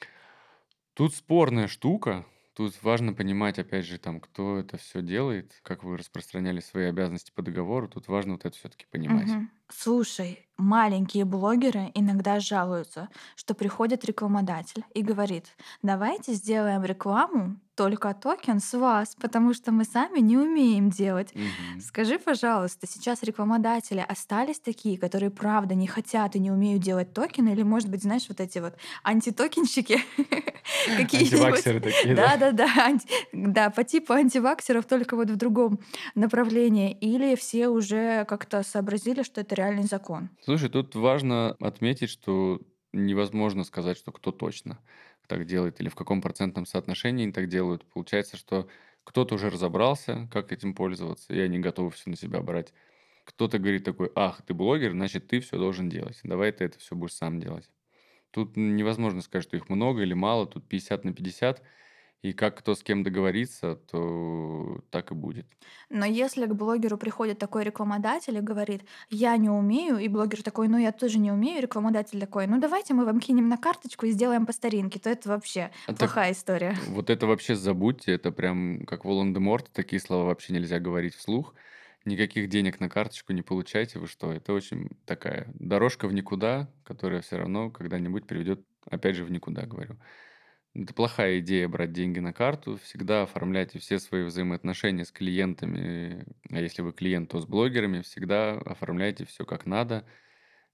B: Тут спорная штука. Тут важно понимать, опять же, там, кто это все делает, как вы распространяли свои обязанности по договору. Тут важно вот это все-таки понимать.
A: Мгм. Слушай, маленькие блогеры иногда жалуются, что приходит рекламодатель и говорит, давайте сделаем рекламу, только токен с вас, потому что мы сами не умеем делать.
B: Мгм.
A: Скажи, пожалуйста, сейчас рекламодатели остались такие, которые правда не хотят и не умеют делать токены, или, может быть, знаешь, вот эти вот антитокенщики какие-нибудь?
B: Антиваксеры такие, да?
A: Да-да-да, анти- да, по типу антиваксеров, только вот в другом направлении, или все уже как-то сообразили, что это реальный закон?
B: Слушай, тут важно отметить, что невозможно сказать, что кто точно так делает или в каком процентном соотношении они так делают. Получается, что кто-то уже разобрался, как этим пользоваться, и они готовы все на себя брать. Кто-то говорит такой: ах, ты блогер, значит, ты все должен делать. Давай ты это все будешь сам делать. Тут невозможно сказать, что их много или мало, тут пятьдесят на пятьдесят, и как кто с кем договорится, то так и будет.
A: Но если к блогеру приходит такой рекламодатель и говорит, я не умею, и блогер такой, ну я тоже не умею, и рекламодатель такой, ну давайте мы вам кинем на карточку и сделаем по старинке, то это вообще
B: А так
A: плохая история.
B: вот это вообще забудьте, это прям как Волан-де-Морт, такие слова вообще нельзя говорить вслух. Никаких денег на карточку не получайте, вы что? Это очень такая дорожка в никуда, которая все равно когда-нибудь приведет, опять же, в никуда, говорю. Это плохая идея брать деньги на карту. Всегда оформляйте все свои взаимоотношения с клиентами, а если вы клиент, то с блогерами. Всегда оформляйте все как надо.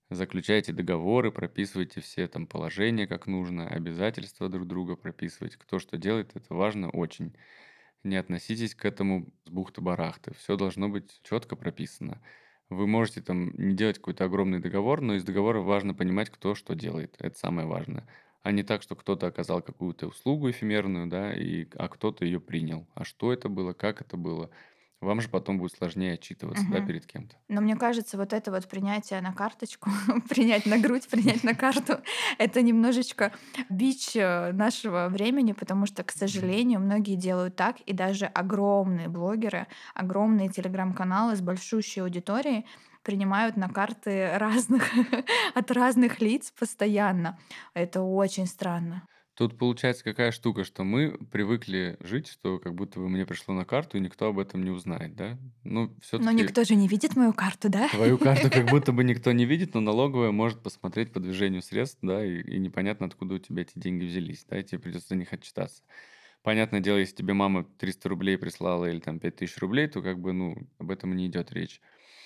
B: заключаете договоры, прописываете все там положения, как нужно, обязательства друг друга прописывать, кто что делает, это важно очень. Не относитесь к этому с бухты-барахты. Все должно быть четко прописано. Вы можете там не делать какой-то огромный договор, но из договора важно понимать, кто что делает. Это самое важное. А не так, что кто-то оказал какую-то услугу эфемерную, да, и, а кто-то ее принял. А что это было, как это было? Вам же потом будет сложнее отчитываться, да,
A: Мгм.
B: перед кем-то.
A: Но мне кажется, вот это вот принятие на карточку, принять на грудь, принять на карту — это немножечко бич э, нашего времени, потому что, к сожалению, многие делают так, и даже огромные блогеры, огромные телеграм-каналы с большущей аудиторией принимают на карты разных от разных лиц постоянно. Это очень странно.
B: Тут получается какая штука, что мы привыкли жить, что как будто бы мне пришло на карту, и никто об этом не узнает, да? Ну,
A: Но
B: все-таки
A: никто же не видит мою карту, да?
B: твою карту как будто бы никто не видит, но налоговая может посмотреть по движению средств, да, и, и непонятно, откуда у тебя эти деньги взялись, да, и тебе придется за них отчитаться. Понятное дело, если тебе мама триста рублей прислала или там пять тысяч рублей, то как бы, ну, об этом и не идет речь.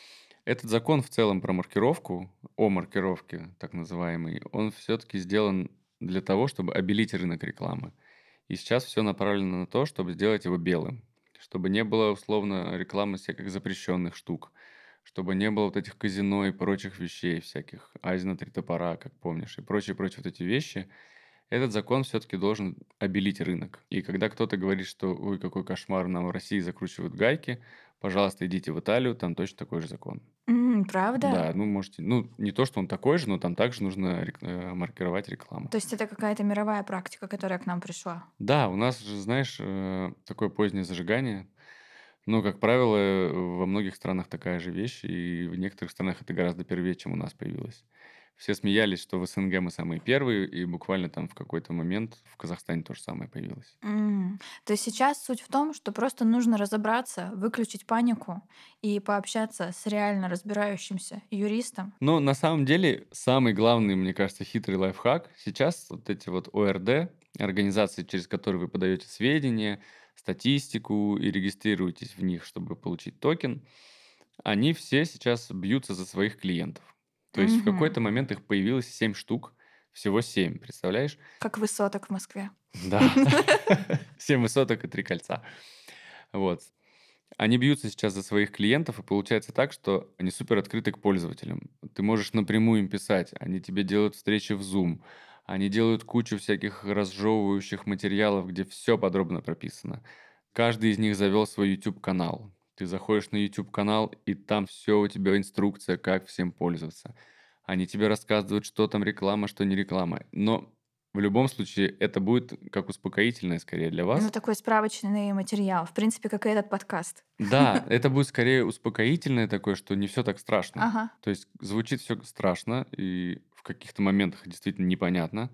B: Этот закон в целом про маркировку, о маркировке так называемый, он все-таки сделан для того, чтобы обелить рынок рекламы. И сейчас все направлено на то, чтобы сделать его белым. Чтобы не было условно рекламы всяких запрещенных штук. Чтобы не было вот этих казино и прочих вещей всяких. Азина три топора, как помнишь, и прочие-прочие вот эти вещи. Этот закон все-таки должен обелить рынок. И когда кто-то говорит, что ой, какой кошмар, нам в России закручивают гайки, пожалуйста, идите в Италию, там точно такой же закон.
A: М, правда?
B: Да, ну можете, ну не то, что он такой же, но там также нужно рек- э, маркировать рекламу.
A: То есть это какая-то мировая практика, которая к нам пришла?
B: Да, у нас же, знаешь, э, такое позднее зажигание. Но, как правило, э, во многих странах такая же вещь, и в некоторых странах это гораздо первее, чем у нас появилось. Все смеялись, что в СНГ мы самые первые, и буквально там в какой-то момент в Казахстане то же самое появилось.
A: М. То есть сейчас суть в том, что просто нужно разобраться, выключить панику и пообщаться с реально разбирающимся юристом.
B: Но на самом деле самый главный, мне кажется, хитрый лайфхак сейчас вот эти вот О Р Д, организации, через которые вы подаете сведения, статистику и регистрируетесь в них, чтобы получить токен, они все сейчас бьются за своих клиентов. То есть в
A: Мгм.
B: какой-то момент их появилось семь штук, всего семь, представляешь?
A: Как высоток в Москве.
B: Да, семь высоток и три кольца. Вот. Они бьются сейчас за своих клиентов, и получается так, что они супер открыты к пользователям. Ты можешь напрямую им писать, они тебе делают встречи в Zoom, они делают кучу всяких разжевывающих материалов, где все подробно прописано. Каждый из них завел свой YouTube-канал. Ты заходишь на YouTube-канал, и там все у тебя инструкция, как всем пользоваться. Они тебе рассказывают, что там реклама, что не реклама. Но в любом случае это будет как успокоительное скорее для
A: Ну,
B: вас,
A: такой справочный материал. В принципе, как и этот подкаст.
B: да, это будет скорее успокоительное такое, что не все так страшно.
A: Ага.
B: То есть звучит все страшно и в каких-то моментах действительно непонятно,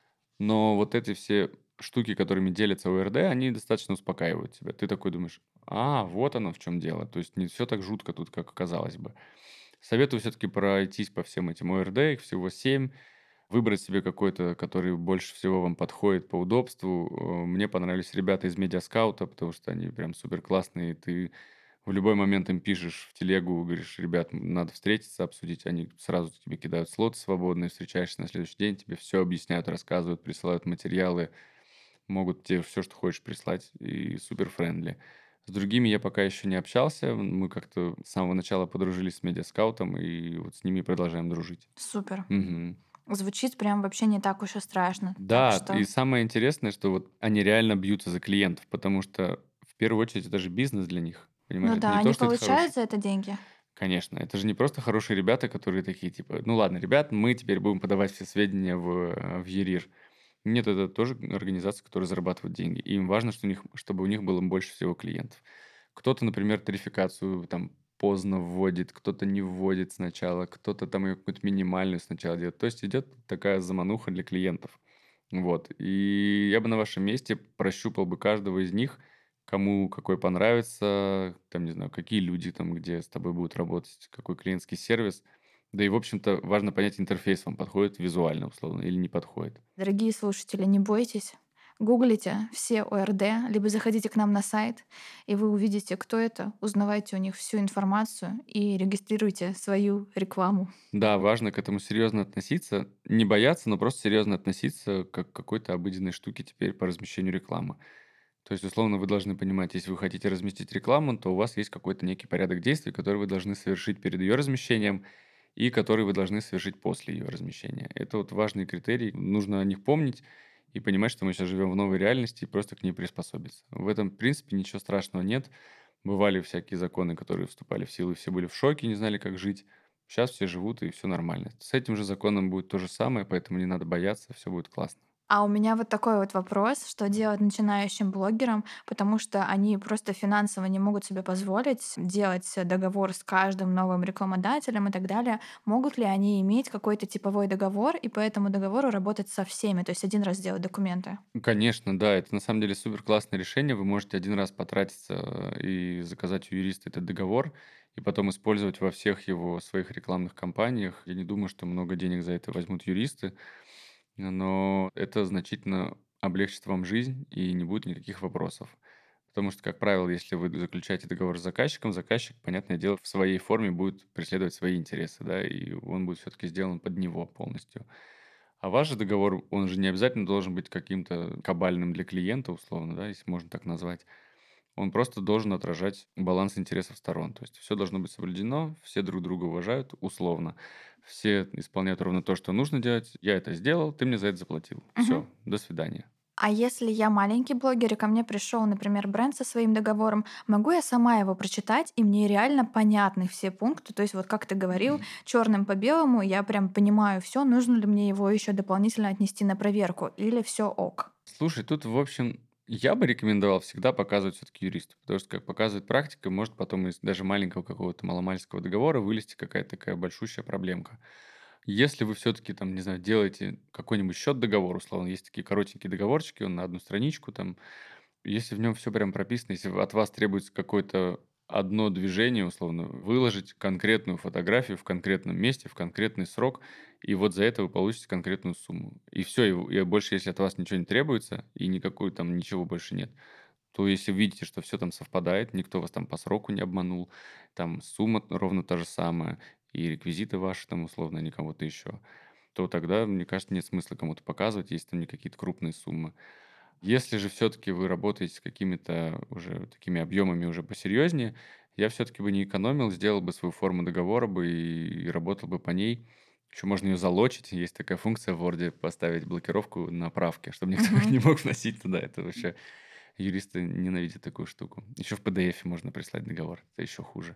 B: но вот эти все штуки, которыми делятся О Р Д, они достаточно успокаивают тебя. Ты такой думаешь: "А, вот оно в чем дело". То есть не все так жутко тут, как казалось бы. Советую все таки пройтись по всем этим О Р Д, их всего семь, выбрать себе какой-то, который больше всего вам подходит по удобству. Э, мне понравились ребята из "Медиаскаута", потому что они прям супер классные. Ты в любой момент им пишешь в телегу, говоришь: "Ребят, м, надо встретиться, обсудить". Они сразу тебе кидают слоты свободные, встречаешься на следующий день, тебе все объясняют, рассказывают, присылают материалы, могут тебе все, что хочешь, прислать, и супер френдли. С другими я пока еще не общался. Мы как-то с самого начала подружились с "Медиаскаутом", и вот с ними продолжаем дружить.
A: Супер.
B: Мгм.
A: Звучит прям вообще не так уж и страшно. Так
B: Да, и
A: что,
B: самое интересное, что вот они реально бьются за клиентов, потому что в первую очередь это же бизнес для них. Понимаешь,
A: ну
B: это
A: да,
B: не то,
A: они
B: что это
A: получают
B: хороший.
A: за это деньги.
B: Конечно, это же не просто хорошие ребята, которые такие типа: "Ну ладно, ребят, мы теперь будем подавать все сведения в, э, в ЕРИР". Нет, это тоже организация, которая зарабатывает деньги. И им важно, что у них, чтобы у них было больше всего клиентов. Кто-то, например, тарификацию там поздно вводит, кто-то не вводит сначала, кто-то там ее какую-то минимальную сначала делает. То есть идет такая замануха для клиентов. Вот. И я бы на вашем месте прощупал бы каждого из них, кому какой понравится, там, не знаю, какие люди там, где с тобой будут работать, какой клиентский сервис. Да и, в общем-то, важно понять, интерфейс вам подходит визуально, условно, или не подходит.
A: Дорогие слушатели, не бойтесь. Гуглите все о эр дэ, либо заходите к нам на сайт, и вы увидите, кто это, узнавайте у них всю информацию и регистрируйте свою рекламу.
B: Да, важно к этому серьезно относиться. Не бояться, но просто серьезно относиться как к какой-то обыденной штуке теперь по размещению рекламы. То есть, условно, вы должны понимать, если вы хотите разместить рекламу, то у вас есть какой-то некий порядок действий, который вы должны совершить перед ее размещением и который вы должны совершить после ее размещения. Это вот важный критерий. Нужно о них помнить и понимать, что мы сейчас живем в новой реальности и просто к ней приспособиться. В этом, в принципе, ничего страшного нет. Бывали всякие законы, которые вступали в силу, и все были в шоке, не знали, как жить. Сейчас все живут, и все нормально. С этим же законом будет то же самое, поэтому не надо бояться, все будет классно.
A: А у меня вот такой вот вопрос, что делать начинающим блогерам, потому что они просто финансово не могут себе позволить делать договор с каждым новым рекламодателем и так далее. Могут ли они иметь какой-то типовой договор и по этому договору работать со всеми, то есть один раз делать документы?
B: Ну, конечно, да, это на самом деле супер классное решение. Вы можете один раз потратиться э, и заказать у юриста этот договор, и потом использовать во всех его своих рекламных кампаниях. Я не думаю, что много денег за это возьмут юристы, но это значительно облегчит вам жизнь и не будет никаких вопросов. Потому что, как правило, если вы заключаете договор с заказчиком, заказчик, понятное дело, в своей форме будет преследовать свои интересы, да, и он будет все-таки сделан под него полностью. А ваш же договор, он же не обязательно должен быть каким-то кабальным для клиента, условно, да, если можно так назвать. Он просто должен отражать баланс интересов сторон. То есть все должно быть соблюдено, все друг друга уважают, условно. Все исполняют ровно то, что нужно делать. Я это сделал, ты мне за это заплатил.
A: Мгм.
B: Все, до свидания.
A: А если я маленький блогер, и ко мне пришел, например, бренд со своим договором, могу я сама его прочитать, и мне реально понятны все пункты? То есть вот как ты говорил, черным по белому, я прям понимаю все, нужно ли мне его еще дополнительно отнести на проверку, или все ок?
B: Слушай, тут, в общем, я бы рекомендовал всегда показывать все-таки юристу, потому что, как показывает практика, может потом из даже маленького какого-то маломальского договора вылезти какая-то такая большущая проблемка. Если вы все-таки, там, не знаю, делаете какой-нибудь счет договор, условно, есть такие коротенькие договорчики, он на одну страничку, там, если в нем все прям прописано, если от вас требуется какое-то одно движение, условно, выложить конкретную фотографию в конкретном месте, в конкретный срок, и вот за это вы получите конкретную сумму. И все, и, и больше, если от вас ничего не требуется, и никакой там ничего больше нет, то если видите, что все там совпадает, никто вас там по сроку не обманул, там сумма ровно та же самая, и реквизиты ваши там условно, а не кого-то еще, то тогда, мне кажется, нет смысла кому-то показывать, если там не какие-то крупные суммы. Если же все-таки вы работаете с какими-то уже такими объемами уже посерьезнее, я все-таки бы не экономил, сделал бы свою форму договора бы и, и работал бы по ней. Еще можно ее залочить. Есть такая функция в Word поставить блокировку на правки, чтобы никто их
A: Мгм.
B: не мог вносить туда. Это вообще юристы ненавидят такую штуку. Еще в пи ди эф можно прислать договор. Это еще хуже.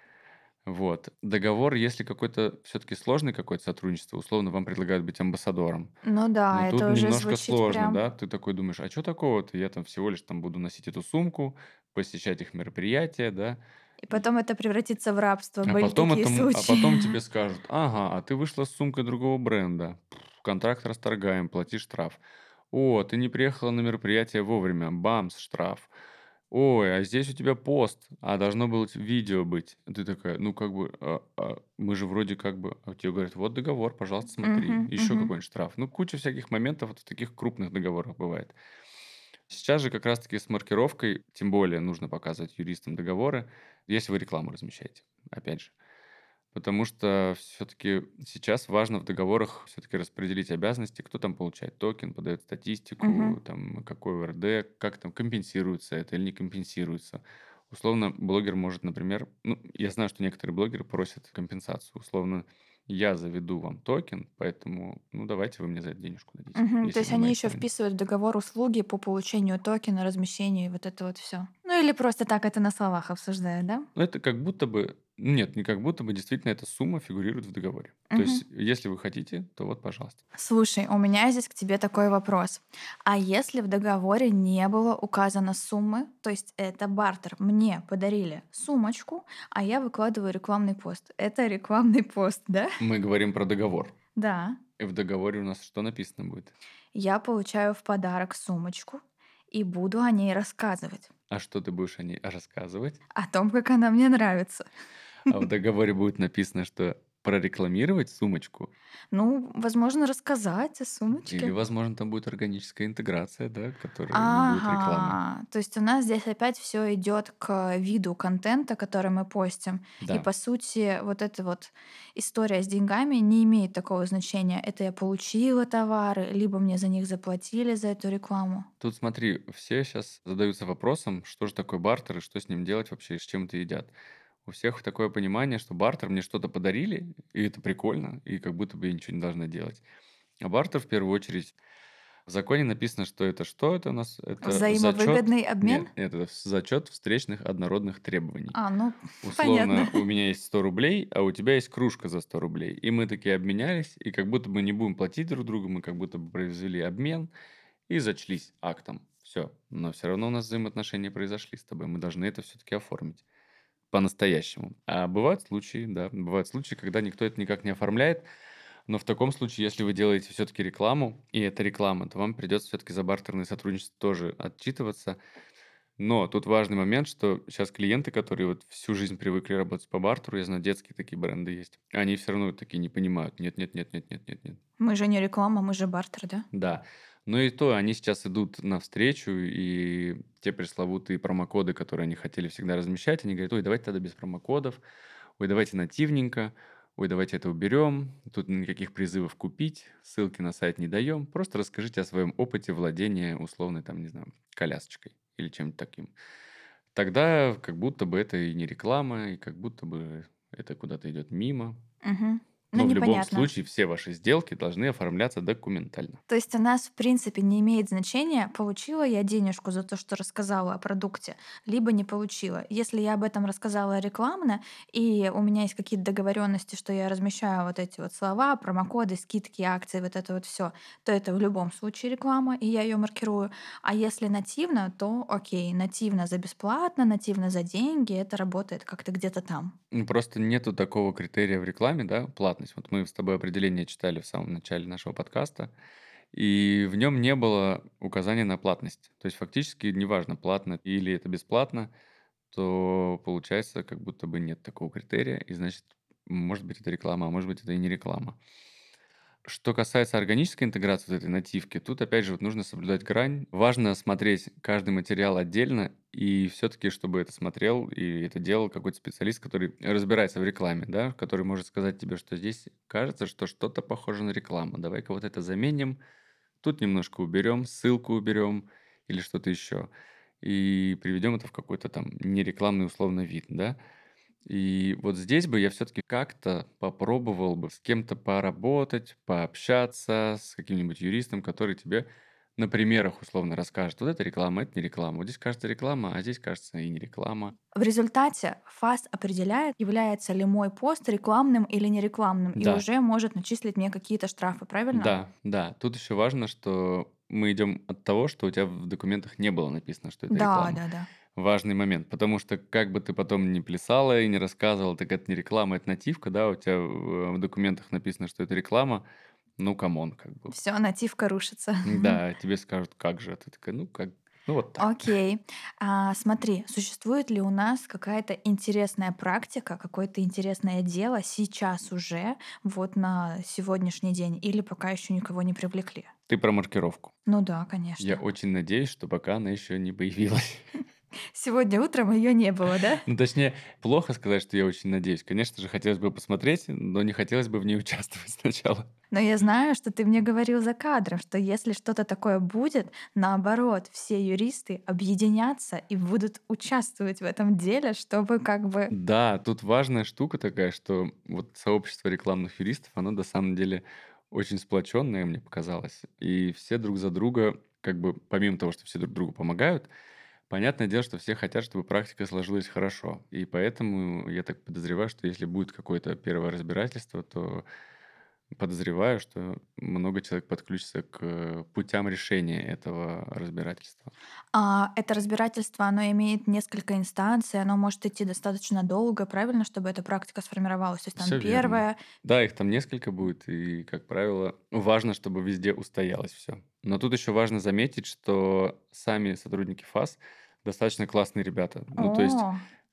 B: Вот. Договор, если какой-то все-таки сложный какое-то сотрудничество, условно, вам предлагают быть амбассадором.
A: Ну
B: Ну,
A: да,
B: тут
A: это уже
B: немножко
A: звучит
B: сложно,
A: прям.
B: да? Ты такой думаешь, а что такого-то? Я там всего лишь там буду носить эту сумку, посещать их мероприятия, да?
A: И
B: И-
A: потом это превратится в рабство.
B: А
A: Были
B: потом,
A: такие
B: это, м- а
A: случаи.
B: потом тебе скажут, ага, а ты вышла с сумкой другого бренда. Пф, контракт расторгаем, плати штраф. О, ты не приехала на мероприятие вовремя. Бамс, штраф. Ой, а здесь у тебя пост, а должно было видео быть. Ты такая, ну как бы, а- а мы же вроде как бы, а тебе говорят, вот договор, пожалуйста, смотри,
A: Мгм,
B: еще
A: мгм.
B: какой-нибудь штраф. Ну, куча всяких моментов вот в таких крупных договорах бывает. Сейчас же как раз-таки с маркировкой, тем более нужно показывать юристам договоры, если вы рекламу размещаете, опять же. Потому что все-таки сейчас важно в договорах все-таки распределить обязанности, кто там получает токен, подает
A: Мгм.
B: статистику, там, какой о эр дэ, как там компенсируется это или не компенсируется. Условно, блогер может, например, ну, я знаю, что некоторые блогеры просят компенсацию. Условно, я заведу вам токен, поэтому, ну, давайте вы мне за это денежку дадите,
A: Мгм. То
B: если
A: есть
B: вы на
A: они
B: моей
A: еще
B: стороне.
A: вписывают в договор услуги по получению токена, размещению и вот это вот все. Ну или просто так это на словах обсуждают, да?
B: Но это как будто бы, нет, не как будто бы, действительно эта сумма фигурирует в договоре. То
A: Мгм.
B: есть, если вы хотите, то вот, пожалуйста.
A: Слушай, у меня здесь к тебе такой вопрос. А если в договоре не было указано суммы, то есть это бартер, мне подарили сумочку, а я выкладываю рекламный пост. Это рекламный пост, да?
B: Мы говорим про договор.
A: Да.
B: И в договоре у нас что написано будет?
A: Я получаю в подарок сумочку и буду о ней рассказывать.
B: А что ты будешь о ней рассказывать?
A: О том, как она мне нравится.
B: А в договоре будет написано, что прорекламировать сумочку,
A: Ну, возможно, рассказать о
B: или,
A: сумочке.
B: возможно, там будет органическая интеграция, да, которая не будет рекламой.
A: Ага, то есть у нас здесь опять все идет к виду контента, который мы постим. И
B: Да.
A: по сути, вот эта вот история с деньгами не имеет такого значения. Это я получила товары, либо мне за них заплатили за эту рекламу.
B: Тут смотри, все сейчас задаются вопросом, что же такое бартер и что с ним делать вообще, и с чем это едят. У всех такое понимание, что бартер мне что-то подарили, и это прикольно, и как будто бы я ничего не должна делать. А бартер в первую очередь в законе написано, что это что это у нас? Это зачет,
A: Взаимовыгодный обмен?
B: нет, это зачет встречных однородных требований.
A: А, ну, понятно.
B: Условно, у меня есть сто рублей, а у тебя есть кружка за сто рублей. И мы такие обменялись, и как будто бы не будем платить друг другу, мы как будто бы произвели обмен и зачлись актом. Все. Но все равно у нас взаимоотношения произошли с тобой. Мы должны это все-таки оформить по-настоящему. А бывают случаи, да, бывают случаи, когда никто это никак не оформляет. Но в таком случае, если вы делаете все-таки рекламу, и это реклама, то вам придется все-таки за бартерное сотрудничество тоже отчитываться. Но тут важный момент, что сейчас клиенты, которые вот всю жизнь привыкли работать по бартеру, я знаю, детские такие бренды есть, они все равно такие не понимают. Нет, нет, нет, нет, нет, нет, нет.
A: Мы же не реклама, мы же бартер, да?
B: Да. Но и то они сейчас идут навстречу, и те пресловутые промокоды, которые они хотели всегда размещать, они говорят: ой, давайте тогда без промокодов, ой, давайте нативненько, ой, давайте это уберем, тут никаких призывов купить, ссылки на сайт не даем, просто расскажите о своем опыте владения условной, там, не знаю, колясочкой или чем-то таким. Тогда как будто бы это и не реклама, и как будто бы это куда-то идет мимо.
A: Мгм. Ну,
B: Но в любом
A: непонятно.
B: случае все ваши сделки должны оформляться документально.
A: То есть у нас, в принципе, не имеет значения, получила я денежку за то, что рассказала о продукте, либо не получила. Если я об этом рассказала рекламно, и у меня есть какие-то договоренности, что я размещаю вот эти вот слова, промокоды, скидки, акции, вот это вот все, то это в любом случае реклама, и я ее маркирую. А если нативно, то окей, нативно за бесплатно, нативно за деньги, это работает как-то где-то там.
B: Ну, просто нету такого критерия в рекламе, да, платность. Вот мы с тобой определение читали в самом начале нашего подкаста, и в нем не было указания на платность. То есть фактически неважно, платно или это бесплатно, то получается, как будто бы нет такого критерия, и значит, может быть, это реклама, а может быть, это и не реклама. Что касается органической интеграции вот этой нативки, тут опять же вот нужно соблюдать грань. Важно смотреть каждый материал отдельно, и все-таки, чтобы это смотрел и это делал какой-то специалист, который разбирается в рекламе, да, который может сказать тебе, что здесь кажется, что что-то похоже на рекламу. Давай-ка вот это заменим, тут немножко уберем, ссылку уберем или что-то еще. И приведем это в какой-то там нерекламный условно вид, да. И вот здесь бы я все-таки как-то попробовал бы с кем-то поработать, пообщаться, с каким-нибудь юристом, который тебе на примерах условно расскажет. Вот это реклама, это не реклама. Вот здесь кажется реклама, а здесь кажется и не реклама.
A: В результате ФАС определяет, является ли мой пост рекламным или нерекламным, и
B: Да,
A: уже может начислить мне какие-то штрафы, правильно?
B: да, да. Тут еще важно, что мы идем от того, что у тебя в документах не было написано, что это
A: Да,
B: реклама.
A: да, да.
B: Важный момент, потому что как бы ты потом не плясала и не рассказывала, так это не реклама, это нативка, да, у тебя в в документах написано, что это реклама, ну, камон, как бы.
A: Все, нативка рушится.
B: Да, тебе скажут, как же, а ты такая, ну, как, ну, вот так.
A: Окей. А, смотри, существует ли у нас какая-то интересная практика, какое-то интересное дело сейчас уже, вот на сегодняшний день, или пока еще никого не привлекли?
B: Ты про маркировку.
A: Ну да,
B: Я
A: конечно.
B: очень надеюсь, что пока она еще не появилась.
A: Сегодня утром ее не было, да?
B: Ну, точнее, плохо сказать, что я очень надеюсь. Конечно же, хотелось бы посмотреть, но не хотелось бы в ней участвовать сначала.
A: Но я знаю, что ты мне говорил за кадром, что если что-то такое будет, наоборот, все юристы объединятся и будут участвовать в этом деле, чтобы как бы...
B: Да, тут важная штука такая, что вот сообщество рекламных юристов, оно на самом деле очень сплоченное, мне показалось. И все друг за друга, как бы помимо того, что все друг другу помогают, понятное дело, что все хотят, чтобы практика сложилась хорошо. И поэтому я так подозреваю, что если будет какое-то первое разбирательство, то подозреваю, что много человек подключится к э, путям решения этого разбирательства.
A: А это разбирательство, оно имеет несколько инстанций, оно может идти достаточно долго, правильно, чтобы эта практика сформировалась. То есть там
B: Все верно.
A: первое...
B: Да, их там несколько будет, и, как правило, важно, чтобы везде устоялось все. Но тут еще важно заметить, что сами сотрудники ФАС достаточно классные ребята. Ну, то есть
A: О,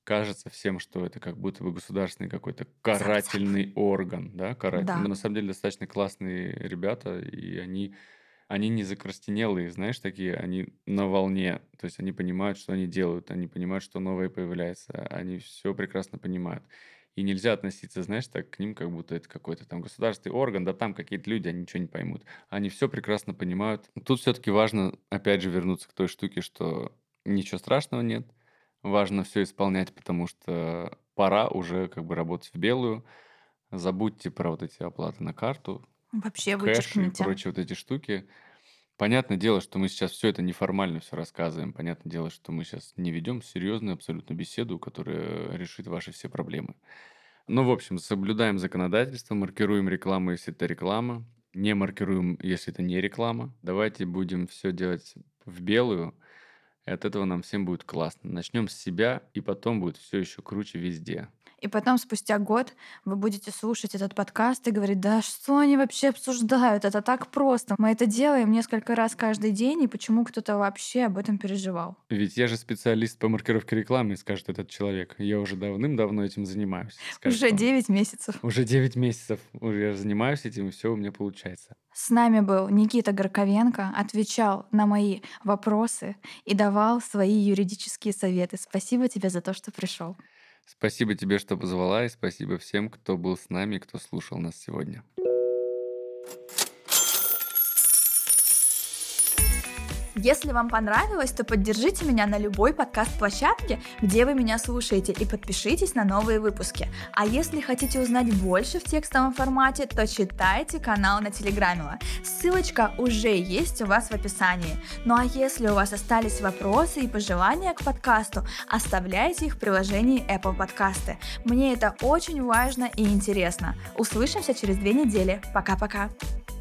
B: кажется всем, что это как будто бы государственный какой-то
A: Запад, Запад.
B: карательный орган, да, карательный. Но
A: Да.
B: на самом деле достаточно классные ребята, и они, они не закостенелые, знаешь, такие, они на волне. То есть они понимают, что они делают, они понимают, что новое появляется, они все прекрасно понимают. И нельзя относиться, знаешь, так к ним, как будто это какой-то там государственный орган, да там какие-то люди, они ничего не поймут. Они все прекрасно понимают. Тут все-таки важно, опять же, вернуться к той штуке, что ничего страшного нет. Важно все исполнять, потому что пора уже как бы работать в белую. Забудьте про вот эти оплаты на карту,
A: Вообще
B: кэш и
A: вычеркните.
B: прочие вот эти штуки. Понятное дело, что мы сейчас все это неформально все рассказываем. Понятное дело, что мы сейчас не ведем серьезную абсолютно беседу, которая решит ваши все проблемы. Ну, в общем, соблюдаем законодательство, маркируем рекламу, если это реклама, не маркируем, если это не реклама. Давайте будем все делать в белую, и от этого нам всем будет классно. Начнем с себя, и потом будет все еще круче везде.
A: И потом, спустя год, вы будете слушать этот подкаст и говорить, да что они вообще обсуждают, это так просто. Мы это делаем несколько раз каждый день, и почему кто-то вообще об этом переживал?
B: Ведь я же специалист по маркировке рекламы, скажет этот человек. Я уже давным-давно этим занимаюсь, скажет
A: Уже
B: он.
A: девять месяцев.
B: Уже девять месяцев уже я занимаюсь этим, и все у меня получается.
A: С нами был Никита Горковенко, отвечал на мои вопросы и давал свои юридические советы. Спасибо тебе за то, что пришел.
B: Спасибо тебе, что позвала, и спасибо всем, кто был с нами, кто слушал нас сегодня.
A: Если вам понравилось, то поддержите меня на любой подкаст-площадке, где вы меня слушаете, и подпишитесь на новые выпуски. А если хотите узнать больше в текстовом формате, то читайте канал на Телеграме. Ссылочка уже есть у вас в описании. Ну а если у вас остались вопросы и пожелания к подкасту, оставляйте их в приложении Apple Подкасты. Мне это очень важно и интересно. Услышимся через две недели. Пока-пока.